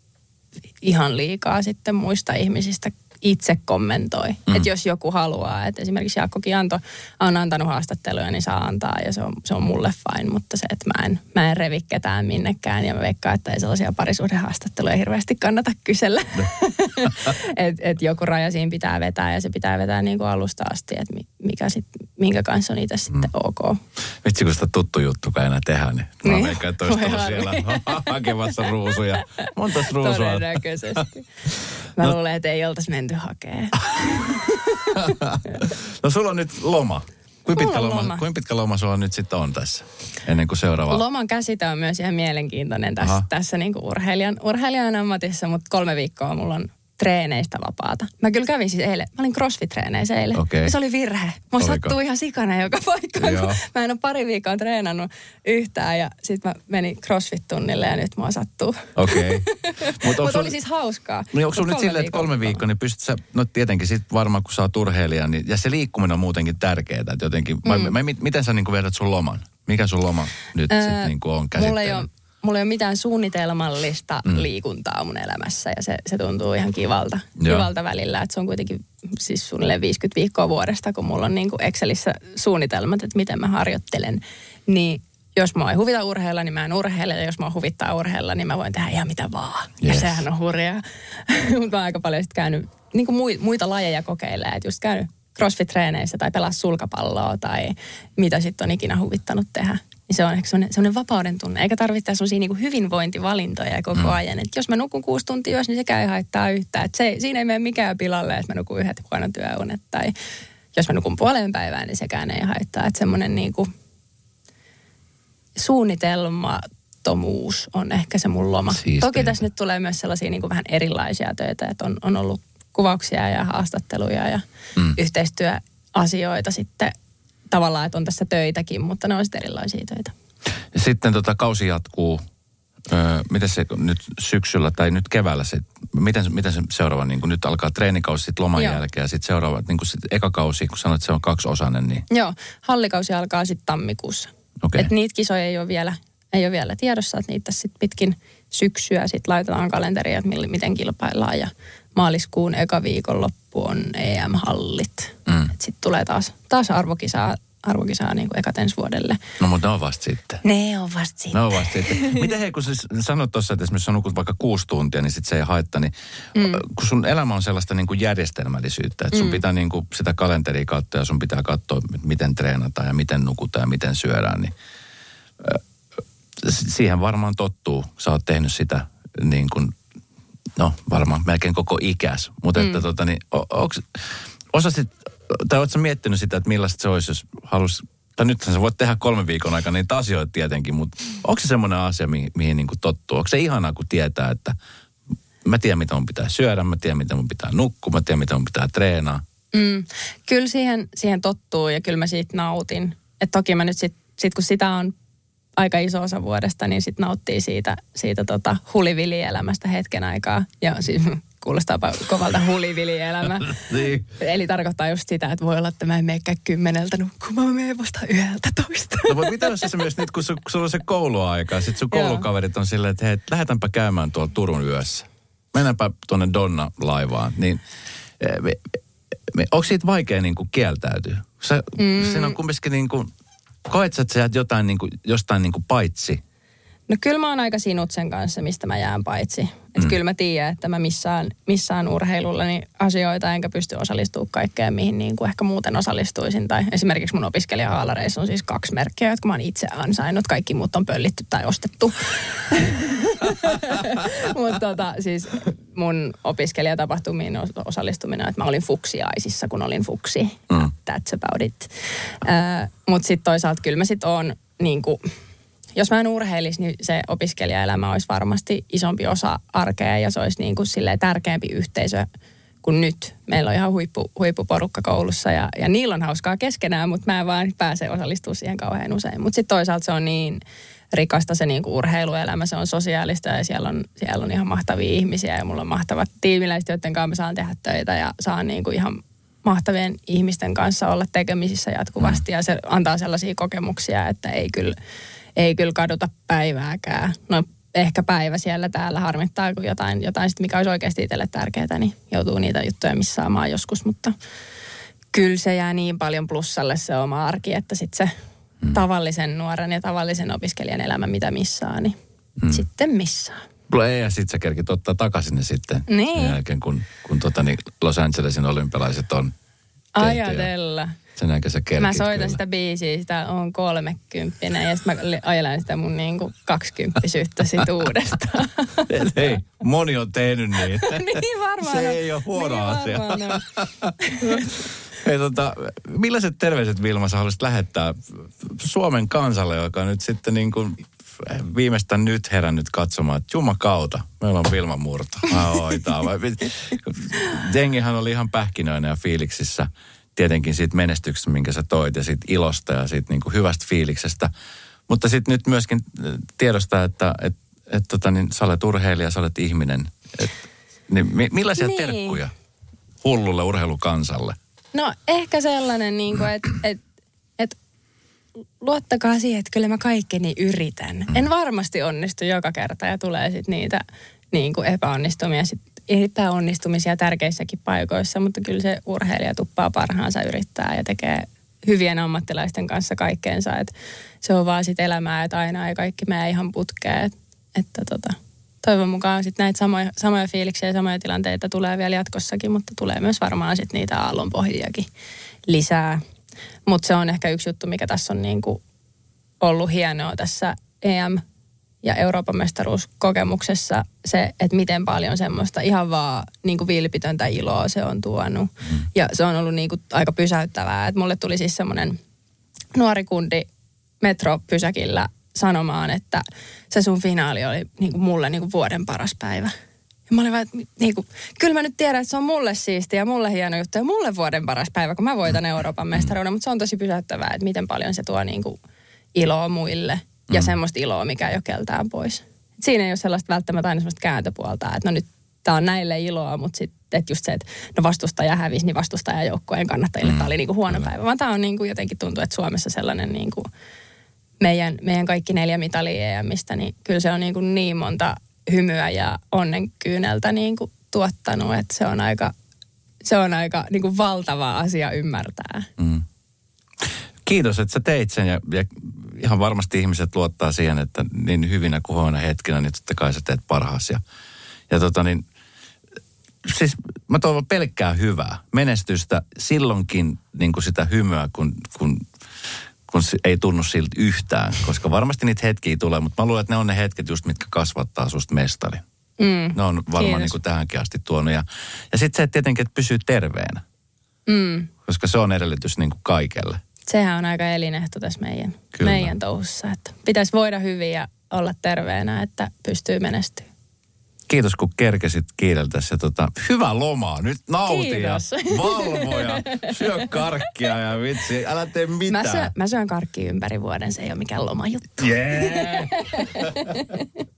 B: ihan liikaa sitten muista ihmisistä itse kommentoi. Mm. Että jos joku haluaa, että esimerkiksi Jaakko Kianto on antanut haastatteluja, niin saa antaa ja se on, se on mulle fine, mutta se, että mä en, mä en revi ketään minnekään ja mä veikkaan, että ei sellaisia parisuhdehaastatteluja hirveästi kannata kysellä. Että et joku raja siinä pitää vetää ja se pitää vetää niin kuin alusta asti, että mikä, sit, minkä kanssa on itse sitten mm. ok.
A: Vitsi, kun sitä tuttu juttu, kun ei enää tehdä, niin mä niin. Eikä toistella siellä hakemassa ruusuja. Montas ruusua?
B: Todennäköisesti. Mä no. luulen, että ei oltaisi menty hakemaan.
A: No sulla on nyt loma. Kuinka pitkä loma, loma. Kuinka pitkä loma sulla nyt sitten on tässä, ennen kuin seuraava?
B: Loman käsite on myös ihan mielenkiintoinen tässä, tässä niin kuin urheilijan, urheilijan ammatissa, mutta kolme viikkoa mulla on treeneistä vapaata. Mä kyllä kävin siis eilen, mä olin crossfit-treeneissä eilen. Okay. Ja se oli virhe. Mä sattuu ihan sikana joka paikkaan, kun mä en ole pari viikkoa treenannut yhtään ja sit mä menin crossfit-tunnille ja nyt mua sattuu. Okei. Okay. Mutta Mut oli siis hauskaa.
A: No onko sulla nyt silleen, että kolme viikkoa, niin pystyt sä, no tietenkin sit varmaan kun sä oot urheilija, niin, ja se liikkuminen on muutenkin tärkeää, että jotenkin, mm. mä, mä, miten sä niinku vedät sun loman? Mikä sun loma nyt öö, sit niinku on käsitteellä?
B: Mulla ei ole mitään suunnitelmallista mm. liikuntaa mun elämässä ja se, se tuntuu ihan kivalta, kivalta välillä. Että se on kuitenkin siis suunnilleen viisikymmentä viikkoa vuodesta, kun mulla on niin kuin Excelissä suunnitelmat, että miten mä harjoittelen. Niin jos mä ei huvita urheilla, niin mä en urheile. Ja jos mä huvittaa urheilla, niin mä voin tehdä ihan mitä vaan. Yes. Ja sehän on hurjaa. Mutta mä oon aika paljon sitten käynyt niin kuin muita lajeja kokeilemaan. Että just käynyt crossfit-treeneissä tai pelaa sulkapalloa tai mitä sitten on ikinä huvittanut tehdä. Niin se on ehkä sellainen vapauden tunne. Eikä tarvitse sellaisia niin kuin hyvinvointivalintoja koko mm. ajan. Että jos mä nukun kuusi tuntia yössä, niin sekään ei haittaa yhtään. Että se, siinä ei mene mikään pilalle, että mä nukun yhdet huonot työunet. Tai jos mä nukun puoleen päivään, niin sekään ei haittaa. Että semmoinen niin kuin suunnitelmattomuus on ehkä se mun loma. Siistiä. Toki tässä nyt tulee myös sellaisia niin kuin vähän erilaisia töitä. Että on, on ollut kuvauksia ja haastatteluja ja mm. yhteistyöasioita sitten. Tavallaan, että on tässä töitäkin, mutta ne on sitten erilaisia töitä.
A: Sitten tota, kausi jatkuu. Öö, miten se nyt syksyllä tai nyt keväällä, se, miten, miten se seuraava, niin kun nyt alkaa treenikausi sitten loman Joo. jälkeen ja sitten seuraava, niin kun sit eka kausi, kun sanoit, että se on kaksiosainen, niin...
B: Joo, hallikausi alkaa sitten tammikuussa. Okay. Että niitä kisoja ei ole vielä, ei ole vielä tiedossa, että niitä sitten pitkin syksyä sitten laitetaan kalenteriin, että miten kilpaillaan ja maaliskuun eka viikonloppu on E M-hallit. Mm. Sitten tulee taas, taas arvokisaa, arvokisaa niin kuin ekat ensi vuodelle.
A: No mutta ne on vasta sitten.
B: Ne on vasta sitten.
A: Ne on vasta sitten. Miten hei, kun sä sanot tuossa, että esimerkiksi sä nukut vaikka kuusi tuntia, niin sitten se ei haittaa, niin mm. kun sun elämä on sellaista niin kuin järjestelmällisyyttä, että sun mm. pitää niin kuin sitä kalenteria katsoa ja sun pitää katsoa, miten treenataan ja miten nukutaan ja miten syödään, niin siihen varmaan tottuu. Sä oot tehnyt sitä niin kuin no varmaan melkein koko ikäs. Mutta mm. että tota niin, onks, osasit, tai ootko sä miettinyt sitä, että millaista se olisi, jos halus, tai nythän sä voit tehdä kolmen viikon aikana niitä asioita tietenkin, mutta onko se semmoinen asia, mihin, mihin niin kuin tottuu? Onko se ihanaa, kun tietää, että mä tiedän, mitä mun pitää syödä, mä tiedän, mitä mun pitää nukkua, mä tiedän, mitä mun pitää treenaa?
B: Mm. Kyllä siihen, siihen tottuu ja kyllä mä siitä nautin. Että toki mä nyt sit, sit kun sitä on aika iso osa vuodesta, niin sitten nauttii siitä, siitä tota hulivilielämästä hetken aikaa. Ja siis kuulostaapa kovalta hulivilielämä. Niin. Eli tarkoittaa just sitä, että voi olla, että mä en meekään kymmeneltä nukkumaan, mä menen vasta yhdeltä toista.
A: No mutta mitä jos se myös nyt, kun, su, kun sulla on se kouluaika, sit sun koulukaverit on silleen, että hei, lähdetäänpä käymään tuolla Turun yössä. Mennäänpä tuonne Donna-laivaan. Niin, me, me, onko siitä vaikea niin kuin kieltäytyä? Sä, mm. Siinä on kumminkin niin kuin, koet sä, että sä jäät jotain niin kuin, jostain niin kuin paitsi?
B: No kyllä mä oon aika sinut sen kanssa, mistä mä jään paitsi. Että mm. kyllä mä tiedän, että mä missään, missään urheilullani asioita enkä pysty osallistumaan kaikkeen, mihin niin kuin ehkä muuten osallistuisin. Tai esimerkiksi mun opiskelijahaalareissa on siis kaksi merkkiä, jotka mä oon itse ansainnut. Kaikki muut on pöllitty tai ostettu. Mutta tota, siis mun opiskelijatapahtumiin osallistuminen, että mä olin fuksiaisissa, kun olin fuksi. Mm. That's about it. Äh, Mutta sitten toisaalta kyllä mä sitten oon niin kuin... Jos mä en urheilisi, niin se opiskelijaelämä olisi varmasti isompi osa arkea ja se olisi niin kuin silleen tärkeämpi yhteisö kuin nyt. Meillä on ihan huippu, huippuporukka koulussa ja, ja niillä on hauskaa keskenään, mutta mä en vaan pääse osallistumaan siihen kauhean usein. Mutta sitten toisaalta se on niin rikasta se niin kuin urheiluelämä, se on sosiaalista ja siellä on, siellä on ihan mahtavia ihmisiä ja mulla on mahtavat tiimiläiset, joiden kanssa mä saan tehdä töitä ja saan niin kuin ihan mahtavien ihmisten kanssa olla tekemisissä jatkuvasti ja se antaa sellaisia kokemuksia, että ei kyllä... Ei kyllä kaduta päivääkään. No ehkä päivä siellä täällä harmittaa, kun jotain, jotain sit, mikä olisi oikeasti itselle tärkeää, niin joutuu niitä juttuja missaamaan joskus. Mutta kyllä se jää niin paljon plussalle se oma arki, että sitten se mm. tavallisen nuoren ja tavallisen opiskelijan elämä, mitä missaa, niin mm. sitten missaa.
A: Ei, ja sitten sä kerkit ottaa takaisin ne sitten.
B: Niin.
A: Sen jälkeen, kun, kun tota, niin Los Angelesin olympialaiset on tehty.
B: Ajatella.
A: Sen aikaa sä kerkit
B: Mä soitan
A: kyllä.
B: sitä biisiä, sitä on kolmekymppinen ja sitten mä ajelen sitä mun niinku kaksikymppisyyttä sit uudestaan.
A: Hei, moni on tehnyt niin.
B: Niin varmaan.
A: Se ei ole huono
B: niin
A: asia.
B: Varmaan,
A: Hei, tota, millaiset terveiset, Vilma, sä haluaisit lähettää Suomen kansalle, joka nyt sitten niin kuin viimeistään nyt herännyt katsomaan, että jumakauta, meillä on Vilma Murto. Hoitaa. Jengihän oli ihan pähkinöinen ja fiiliksissä tietenkin siitä menestyksestä, minkä sä toit, ja siitä ilosta ja siitä niin kuin hyvästä fiiliksestä. Mutta sitten nyt myöskin tiedostaa, että et, et, tota, niin, sä olet urheilija, sä olet ihminen. Et, niin, millaisia
B: niin.
A: terkkuja hullulle urheilukansalle?
B: No ehkä sellainen, niin että et, et, luottakaa siihen, että kyllä mä kaikkeni yritän. Mm. En varmasti onnistu joka kerta ja tulee sitten niitä niin kuin epäonnistumia, sitten epäonnistumisia tärkeissäkin paikoissa, mutta kyllä se urheilija tuppaa parhaansa yrittää ja tekee hyvien ammattilaisten kanssa kaikkeensa. Et se on vaan sitten elämää, että aina ei kaikki mene ihan putkeen. Et, että tota, toivon mukaan sitten näitä samoja, samoja fiiliksiä ja samoja tilanteita tulee vielä jatkossakin, mutta tulee myös varmaan sitten niitä aallonpohjiakin lisää. Mutta se on ehkä yksi juttu, mikä tässä on niinku ollut hienoa tässä E M- ja Euroopan mestaruuskokemuksessa, se, että miten paljon semmoista ihan vaan niinku vilpitöntä iloa se on tuonut. Mm. Ja se on ollut niinku aika pysäyttävää. Et mulle tuli siis semmoinen nuori kundi metropysäkillä sanomaan, että se sun finaali oli niinku mulle niinku vuoden paras päivä. Ja mä olin vaan, että niinku, kyllä mä nyt tiedän, että se on mulle siistiä ja mulle hieno juttu ja mulle vuoden paras päivä, kun mä voitan Euroopan mestaruuden. Mutta se on tosi pysäyttävää, että miten paljon se tuo niinku iloa muille ja mm. semmoista iloa, mikä ei ole keltään pois. Et siinä ei ole sellaista välttämättä aina semmoista kääntöpuolta, että no nyt tää on näille iloa, mutta sitten että just se, että no vastustaja hävisi, niin vastustajajoukkueen kannattajille mm. tää oli niinku huono mm. päivä. Vaan tää on niinku jotenkin tuntuu, että Suomessa sellainen niinku meidän, meidän kaikki neljä mitalia E M:stä, niin kyllä se on niinku niin monta hymyä ja onnenkyyneltä niinku tuottanut, että se on aika, se on aika niinku valtava asia ymmärtää.
A: Mm. Kiitos, että sä teit sen ja, ja ihan varmasti ihmiset luottaa siihen, että niin hyvinä kuin huonoina hetkinä, niin totta kai sä teet parhaasi. Ja, ja tota niin, siis mä toivon pelkkää hyvää, menestystä silloinkin niin kuin sitä hymyä, kun, kun, kun ei tunnu siltä yhtään, koska varmasti niitä hetkiä tulee, mutta mä luulen, että ne on ne hetket just, mitkä kasvattaa susta mestari.
B: Mm.
A: Ne on varmaan niin kuin tähänkin asti tuonut. Ja, ja sitten se, että tietenkin, että pysyy terveenä,
B: Mm.
A: koska se on edellytys niin kuin kaikelle.
B: Sehän on aika elinehto tässä meidän, meidän touhussa, että pitäisi voida hyvin ja olla terveenä, että pystyy menestymään.
A: Kiitos, kun kerkesit kiireltäsi. Tota, hyvää lomaa. Nyt nauti
B: Kiitos.
A: ja valvo ja syö karkkia ja vitsi, älä tee mitään.
B: Mä syön, mä syön karkkia ympäri vuoden, se ei ole mikään lomajuttu.
A: Yeah.